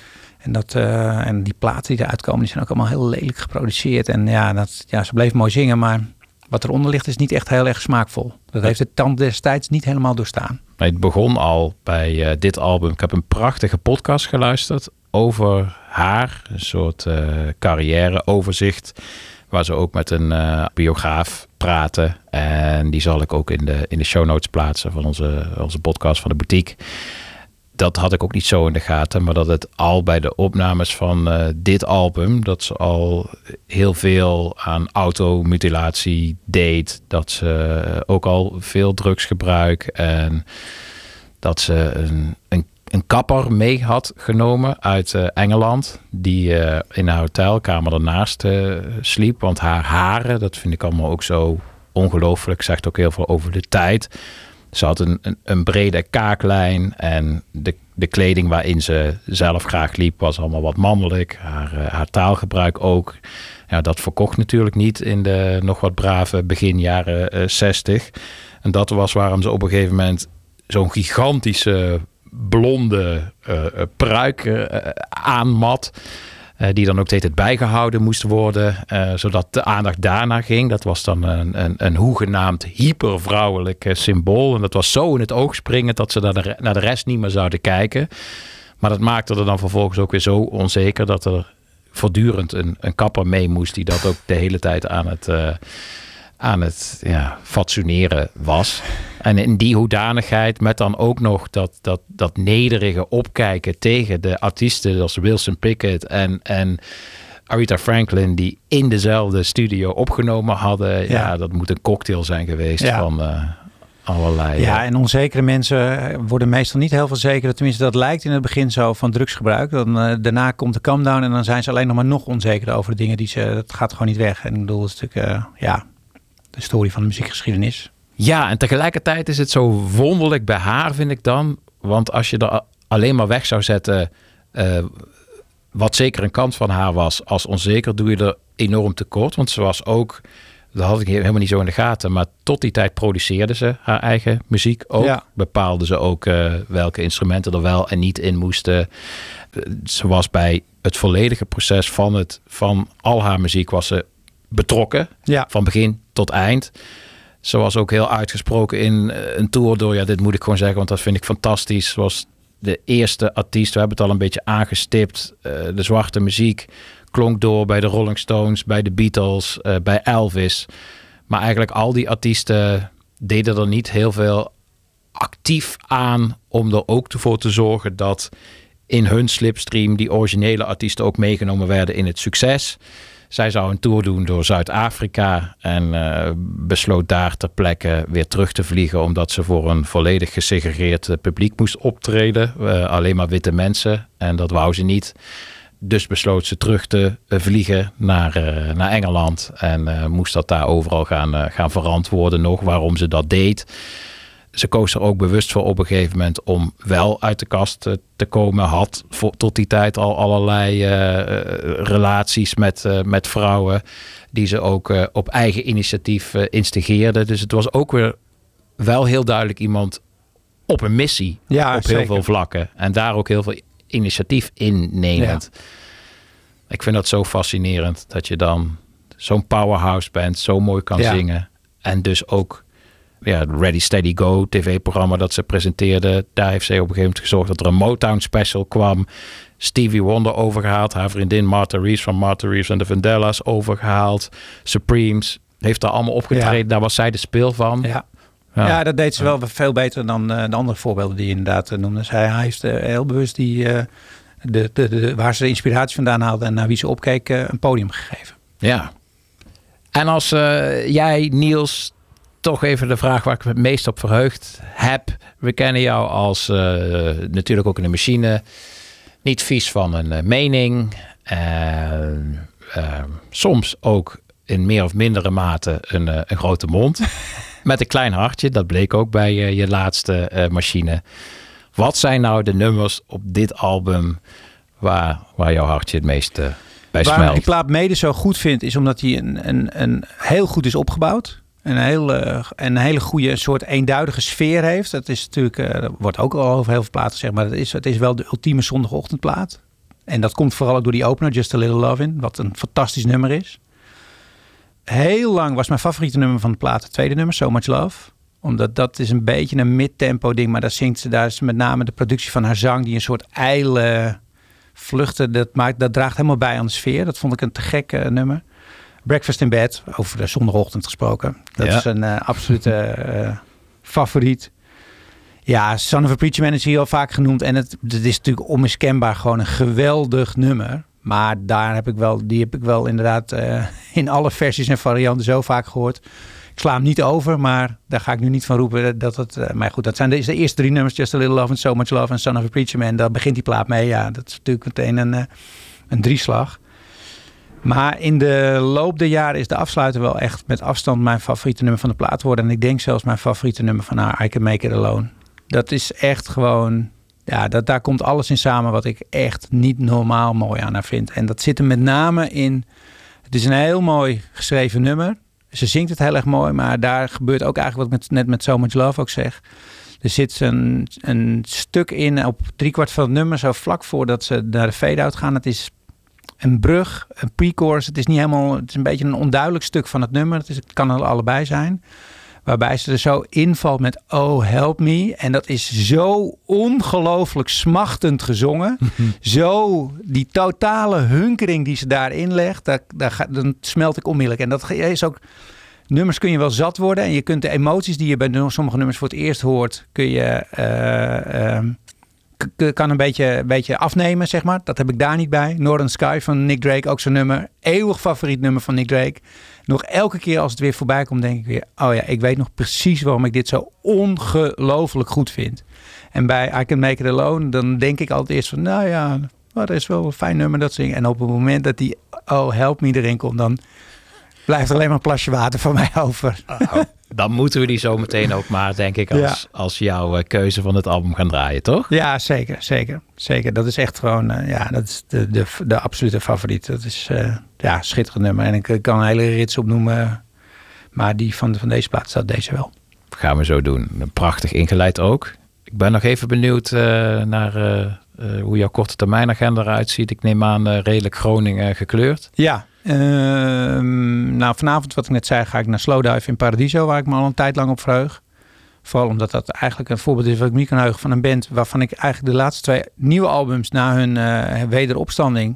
En die platen die eruit komen, die zijn ook allemaal heel lelijk geproduceerd. En ze bleef mooi zingen, maar wat eronder ligt is niet echt heel erg smaakvol. Dat heeft het tand destijds niet helemaal doorstaan. Het begon al bij dit album. Ik heb een prachtige podcast geluisterd over haar. Een soort carrièreoverzicht. Waar ze ook met een biograaf praten. En die zal ik ook in de show notes plaatsen van onze podcast van de Boutique. Dat had ik ook niet zo in de gaten. Maar dat het al bij de opnames van dit album, dat ze al heel veel aan automutilatie deed. Dat ze ook al veel drugs gebruikt. En dat ze een kapper mee had genomen uit Engeland. Die in haar hotelkamer ernaast sliep. Want haar haren, dat vind ik allemaal ook zo ongelooflijk. Zegt ook heel veel over de tijd. Ze had een brede kaaklijn en de kleding waarin ze zelf graag liep was allemaal wat mannelijk. Haar taalgebruik ook. Ja, dat verkocht natuurlijk niet in de nog wat brave begin jaren 60. En dat was waarom ze op een gegeven moment zo'n gigantische blonde pruik aanmat. Die dan ook de hele tijd bijgehouden moest worden. Zodat de aandacht daarna ging. Dat was dan een hoegenaamd hypervrouwelijk symbool. En dat was zo in het oog springend dat ze naar de rest niet meer zouden kijken. Maar dat maakte er dan vervolgens ook weer zo onzeker dat er voortdurend een kapper mee moest. Die dat ook de hele tijd aan het fatsoeneren was. En in die hoedanigheid met dan ook nog dat nederige opkijken tegen de artiesten zoals Wilson Pickett en Aretha Franklin die in dezelfde studio opgenomen hadden. Ja, dat moet een cocktail zijn geweest van allerlei... Ja, en onzekere mensen worden meestal niet heel veel zeker. Tenminste, dat lijkt in het begin zo van drugsgebruik. Dan, daarna komt de calm down en dan zijn ze alleen nog maar nog onzekerder over de dingen dat gaat gewoon niet weg. En ik bedoel, dat is natuurlijk, de story van de muziekgeschiedenis. Ja, en tegelijkertijd is het zo wonderlijk bij haar, vind ik dan. Want als je er alleen maar weg zou zetten wat zeker een kant van haar was als onzeker, doe je er enorm tekort. Want ze was ook, dat had ik helemaal niet zo in de gaten, maar tot die tijd produceerde ze haar eigen muziek ook. Ja. Bepaalde ze ook welke instrumenten er wel en niet in moesten. Ze was bij het volledige proces van al haar muziek was ze betrokken. Ja. Van begin tot eind. Ze was ook heel uitgesproken in een tour door. Dit moet ik gewoon zeggen, want dat vind ik fantastisch. Ze was de eerste artiest, we hebben het al een beetje aangestipt. De zwarte muziek klonk door bij de Rolling Stones, bij de Beatles, bij Elvis. Maar eigenlijk al die artiesten deden er niet heel veel actief aan om er ook voor te zorgen dat in hun slipstream die originele artiesten ook meegenomen werden in het succes. Zij zou een tour doen door Zuid-Afrika en besloot daar ter plekke weer terug te vliegen, omdat ze voor een volledig gesegregeerd publiek moest optreden. Alleen maar witte mensen en dat wou ze niet. Dus besloot ze terug te vliegen naar Engeland en moest dat daar overal gaan verantwoorden nog waarom ze dat deed. Ze koos er ook bewust voor op een gegeven moment om wel uit de kast te komen. Had tot die tijd al allerlei relaties met vrouwen die ze ook op eigen initiatief instigeerde. Dus het was ook weer wel heel duidelijk iemand op een missie op heel veel vlakken. En daar ook heel veel initiatief in nemend. Ja. Ik vind dat zo fascinerend dat je dan zo'n powerhouse bent, zo mooi kan zingen. En dus ook Ready Steady Go tv-programma dat ze presenteerde. Daar heeft ze op een gegeven moment gezorgd dat er een Motown special kwam. Stevie Wonder overgehaald. Haar vriendin Martha Reeves van Martha Reeves en de Vandellas overgehaald. Supremes heeft daar allemaal opgetreden. Ja. Daar was zij de speel van. Ja. Ja, dat deed ze wel veel beter dan de andere voorbeelden die je inderdaad noemde. Dus hij heeft heel bewust waar ze de inspiratie vandaan haalde en naar wie ze opkeek een podium gegeven. Ja. En als jij, Niels, toch even de vraag waar ik me het meest op verheugd heb. We kennen jou als natuurlijk ook in de machine. Niet vies van een mening. Soms ook in meer of mindere mate een grote mond. Met een klein hartje. Dat bleek ook bij je laatste machine. Wat zijn nou de nummers op dit album waar jouw hartje het meest bij smelt? Waar ik die plaat mede zo goed vind, is omdat hij een heel goed is opgebouwd. Een hele goede soort eenduidige sfeer heeft. Dat is natuurlijk, dat wordt ook al over heel veel platen gezegd, maar het is wel de ultieme zondagochtendplaat. En dat komt vooral ook door die opener, Just a Little Lovin', wat een fantastisch nummer is. Heel lang was mijn favoriete nummer van de plaat het tweede nummer, So Much Love. Omdat dat is een beetje een mid-tempo ding, maar daar is met name de productie van haar zang, die een soort ijle vluchten, dat draagt helemaal bij aan de sfeer. Dat vond ik een te gek nummer. Breakfast in Bed, over de zondagochtend gesproken. Dat is een absolute favoriet. Ja, Son of a Preacher Man is hier al vaak genoemd. En het is natuurlijk onmiskenbaar gewoon een geweldig nummer. Maar die heb ik wel inderdaad in alle versies en varianten zo vaak gehoord. Ik sla hem niet over, maar daar ga ik nu niet van roepen. Maar goed, dat zijn de eerste 3 nummers. Just a Little Love and So Much Love en Son of a Preacher Man. Daar begint die plaat mee. Ja, dat is natuurlijk meteen een drieslag. Maar in de loop der jaren is de afsluiter wel echt met afstand mijn favoriete nummer van de plaat geworden. En ik denk zelfs mijn favoriete nummer van haar, I Can Make It Alone. Dat is echt gewoon, ja, daar komt alles in samen wat ik echt niet normaal mooi aan haar vind. En dat zit er met name in, het is een heel mooi geschreven nummer. Ze zingt het heel erg mooi, maar daar gebeurt ook eigenlijk wat ik net met So Much Love ook zeg. Er zit een stuk in op 3/4 van het nummer, zo vlak voordat ze naar de fade-out gaan. Het is een brug, een pre-chorus. Het is niet helemaal, het is een beetje een onduidelijk stuk van het nummer. Het kan er allebei zijn. Waarbij ze er zo invalt met Oh Help Me. En dat is zo ongelooflijk smachtend gezongen. Zo die totale hunkering die ze daarin legt. Dan smelt ik onmiddellijk. En dat is ook, nummers kun je wel zat worden. En je kunt de emoties die je bij sommige nummers voor het eerst hoort, kan een beetje afnemen, zeg maar. Dat heb ik daar niet bij. Northern Sky van Nick Drake, ook zo'n nummer. Eeuwig favoriet nummer van Nick Drake. Nog elke keer als het weer voorbij komt, denk ik weer, oh ja, ik weet nog precies waarom ik dit zo ongelooflijk goed vind. En bij I Can Make It Alone, dan denk ik altijd eerst van, nou ja, dat is wel een fijn nummer dat zingen. En op het moment dat die Oh Help Me erin komt, dan blijft er alleen maar een plasje water van mij over. Dan moeten we die zo meteen ook maar, denk ik, als jouw keuze van het album gaan draaien, toch? Ja, zeker. Dat is echt gewoon, dat is de absolute favoriet. Dat is schitterend nummer. En ik kan een hele rits opnoemen, maar die van deze plaat staat deze wel. Gaan we zo doen. Prachtig ingeleid ook. Ik ben nog even benieuwd naar hoe jouw korte termijnagenda eruit ziet. Ik neem aan redelijk Groningen gekleurd. Ja. Vanavond, wat ik net zei, ga ik naar Slowdive in Paradiso, waar ik me al een tijd lang op verheug. Vooral omdat dat eigenlijk een voorbeeld is wat ik me kan heugen van een band waarvan ik eigenlijk de laatste 2 nieuwe albums na hun wederopstanding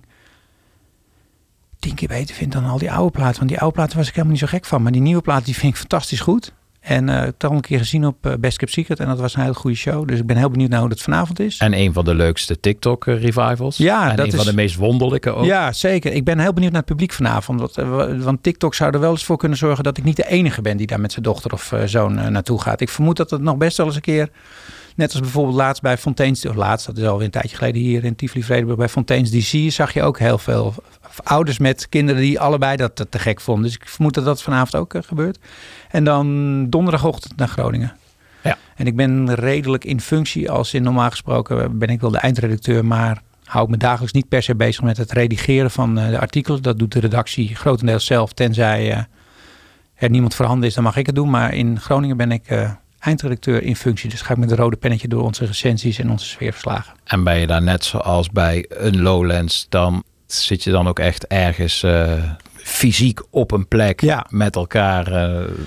10 keer beter vind dan al die oude platen. Want die oude platen was ik helemaal niet zo gek van. Maar die nieuwe platen die vind ik fantastisch goed. En ik heb het al een keer gezien op Best Kept Secret. En dat was een hele goede show. Dus ik ben heel benieuwd naar hoe dat vanavond is. En een van de leukste TikTok-revivals. Ja, en dat een van de meest wonderlijke ook. Ja, zeker. Ik ben heel benieuwd naar het publiek vanavond. Want TikTok zou er wel eens voor kunnen zorgen dat ik niet de enige ben die daar met zijn dochter of zoon naartoe gaat. Ik vermoed dat het nog best wel eens een keer, net als bijvoorbeeld laatst bij Fontaine's, dat is alweer een tijdje geleden hier in Tivoli-Vredenburg bij Fontaine's DC, zag je ook heel veel ouders met kinderen die allebei dat te gek vonden. Dus ik vermoed dat dat vanavond ook gebeurt. En dan donderdagochtend naar Groningen. Ja. En ik ben redelijk in functie, als in normaal gesproken ben ik wel de eindredacteur, maar hou ik me dagelijks niet per se bezig met het redigeren van de artikelen. Dat doet de redactie grotendeels zelf, tenzij er niemand voorhanden is, dan mag ik het doen. Maar in Groningen ben ik eindredacteur in functie. Dus ga ik met een rode pennetje door onze recensies en onze sfeerverslagen. En ben je daar net zoals bij een Lowlands, dan zit je dan ook echt ergens fysiek op een plek met elkaar?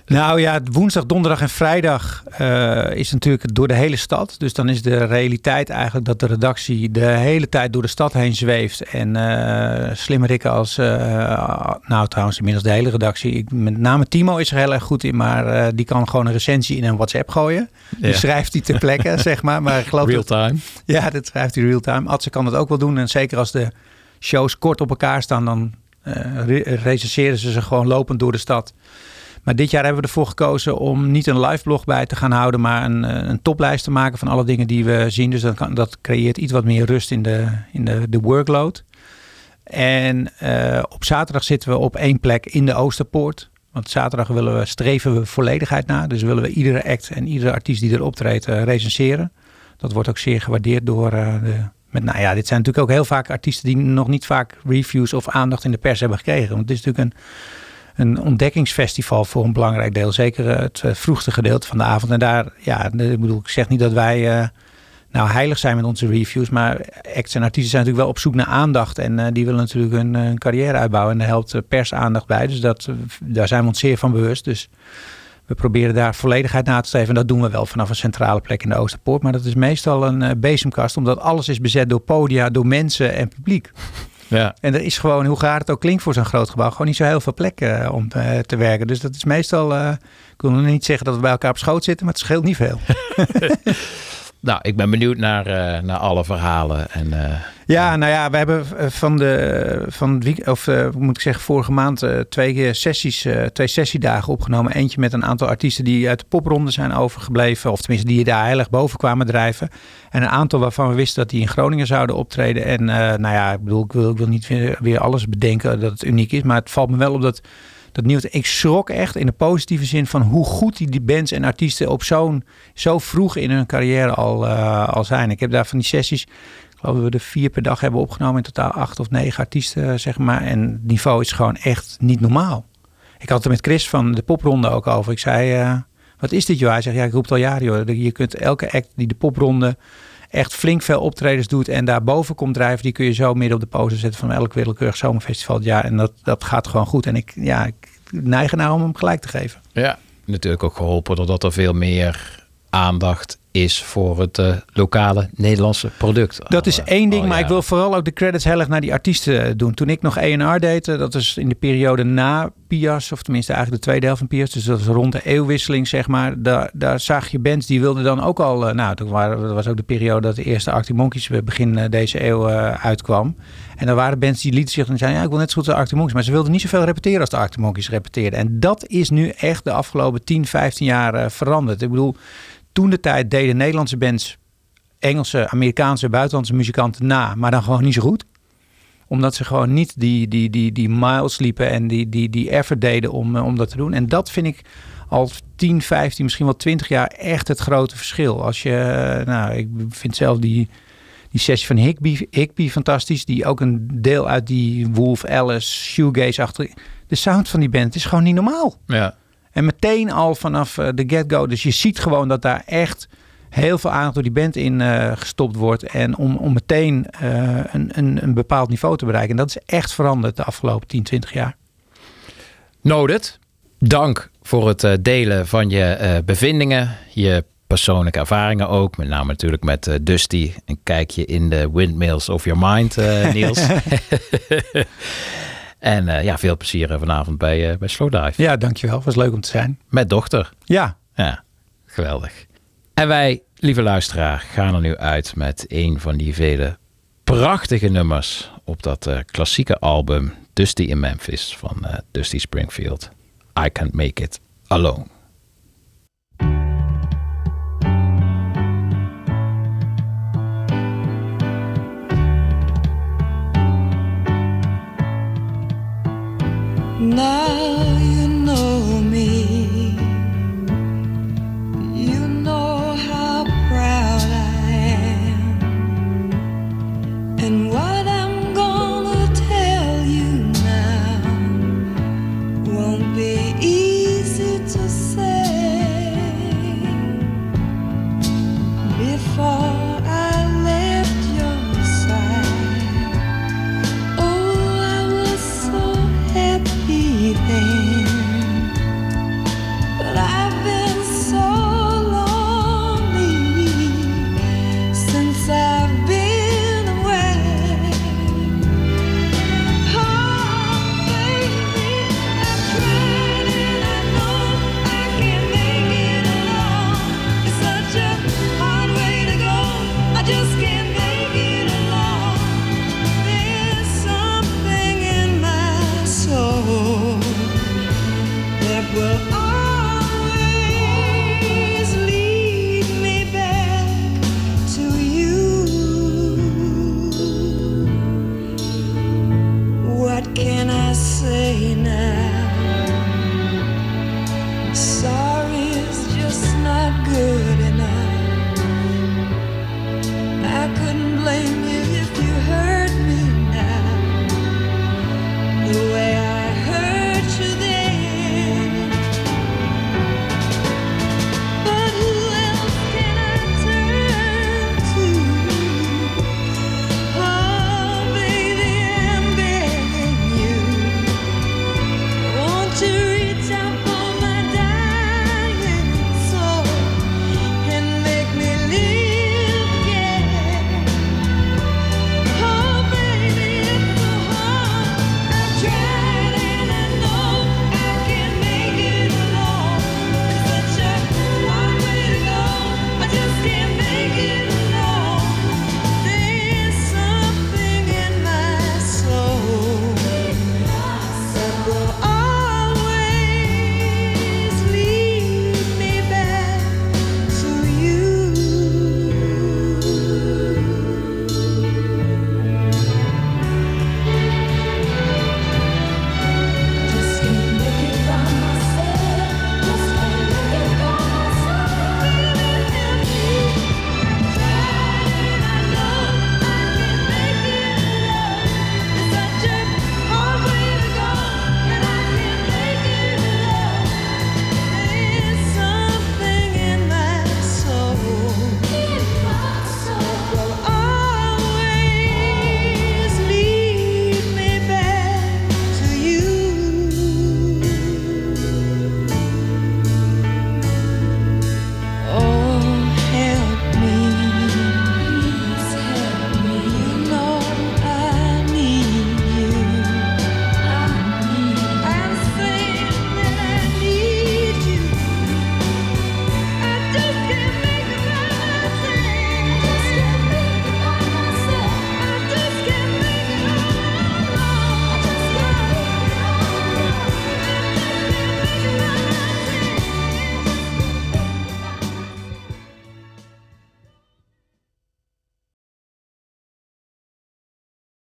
Nou ja, woensdag, donderdag en vrijdag is natuurlijk door de hele stad. Dus dan is de realiteit eigenlijk dat de redactie de hele tijd door de stad heen zweeft. En slimmerikken als, nou trouwens inmiddels de hele redactie. Met name Timo is er heel erg goed in, maar die kan gewoon een recensie in een WhatsApp gooien. Die schrijft hij ter plekke, zeg maar. Maar ik geloof Real-time. Ja, dat schrijft hij real-time. Adse kan dat ook wel doen. En zeker als de shows kort op elkaar staan, dan recenseren ze gewoon lopend door de stad. Maar dit jaar hebben we ervoor gekozen om niet een live blog bij te gaan houden, maar een toplijst te maken van alle dingen die we zien. Dus dat creëert iets wat meer rust in de workload. En op zaterdag zitten we op 1 plek in de Oosterpoort. Want zaterdag streven we volledigheid na. Dus willen we iedere act en iedere artiest die er optreedt recenseren. Dat wordt ook zeer gewaardeerd door dit zijn natuurlijk ook heel vaak artiesten die nog niet vaak reviews of aandacht in de pers hebben gekregen. Want het is natuurlijk een ontdekkingsfestival voor een belangrijk deel. Zeker het vroegste gedeelte van de avond. En daar, ik zeg niet dat wij heilig zijn met onze reviews. Maar acts en artiesten zijn natuurlijk wel op zoek naar aandacht. En die willen natuurlijk hun carrière uitbouwen. En daar helpt persaandacht bij. Dus daar zijn we ons zeer van bewust. Dus we proberen daar volledigheid na te streven. En dat doen we wel vanaf een centrale plek in de Oosterpoort. Maar dat is meestal een bezemkast. Omdat alles is bezet door podia, door mensen en publiek. Ja. En er is gewoon, hoe gaar het ook klinkt voor zo'n groot gebouw, gewoon niet zo heel veel plek om te werken. Dus dat is meestal, ik wil nog niet zeggen dat we bij elkaar op schoot zitten, maar het scheelt niet veel. Nou, ik ben benieuwd naar alle verhalen. We hebben vorige maand twee sessiedagen opgenomen. Eentje met een aantal artiesten die uit de popronde zijn overgebleven. Of tenminste die daar heel erg boven kwamen drijven. En een aantal waarvan we wisten dat die in Groningen zouden optreden. En ik wil niet weer alles bedenken dat het uniek is. Maar het valt me wel op dat nieuws. Ik schrok echt in de positieve zin van hoe goed die bands en artiesten op zo vroeg in hun carrière al zijn. Ik heb daar van die sessies, ik geloof dat we er 4 per dag hebben opgenomen. In totaal 8 of 9 artiesten, zeg maar. En het niveau is gewoon echt niet normaal. Ik had het er met Chris van de popronde ook over. Ik zei, wat is dit joh? Hij zegt, ik roep het al jaren joh. Je kunt elke act die de popronde echt flink veel optredens doet en daarboven komt drijven, die kun je zo midden op de poster zetten van elk willekeurig zomerfestival het jaar. En dat gaat gewoon goed. En ik neig ernaar om hem gelijk te geven. Ja, natuurlijk ook geholpen doordat er veel meer aandacht is voor het lokale Nederlandse product. Dat is één ding, maar ik wil vooral ook de credits heel erg naar die artiesten doen. Toen ik nog A&R deed, dat is in de periode na Pias, of tenminste eigenlijk de tweede helft van Pias, dus dat is rond de eeuwwisseling, zeg maar. Daar zag je bands die wilden dan ook al, dat was ook de periode dat de eerste Arctic Monkeys begin deze eeuw uitkwam. En er waren bands die lieten zich en zeiden, ik wil net zo goed als de Arctic Monkeys, maar ze wilden niet zoveel repeteren als de Arctic Monkeys repeteerden. En dat is nu echt de afgelopen 10, 15 jaar veranderd. Ik bedoel, toen de tijd deden Nederlandse bands Engelse, Amerikaanse, buitenlandse muzikanten na, maar dan gewoon niet zo goed. Omdat ze gewoon niet die miles liepen en die effort deden om dat te doen. En dat vind ik al 10, 15, misschien wel 20 jaar echt het grote verschil. Als je, ik vind zelf die sessie van Higby fantastisch. Die ook een deel uit die Wolf Alice, shoegaze achter. De sound van die band is gewoon niet normaal. Ja. En meteen al vanaf de get-go. Dus je ziet gewoon dat daar echt heel veel aandacht door die band in gestopt wordt. En om meteen een bepaald niveau te bereiken. En dat is echt veranderd de afgelopen 10, 20 jaar. Noted. Dank voor het delen van je bevindingen. Je persoonlijke ervaringen ook. Met name natuurlijk met Dusty. Een kijkje in de windmills of your mind, Niels. En veel plezier vanavond bij Slowdive. Ja, dankjewel. Was leuk om te zijn. Met dochter. Ja. Ja, geweldig. En wij, lieve luisteraar, gaan er nu uit met een van die vele prachtige nummers op dat klassieke album Dusty in Memphis van Dusty Springfield. I Can't Make It Alone. Now you know me, you know how proud I am, and what I'm gonna tell you now won't be easy to say. Before I left your side, oh, I was so happy then. will always lead me back to you. What can I say now?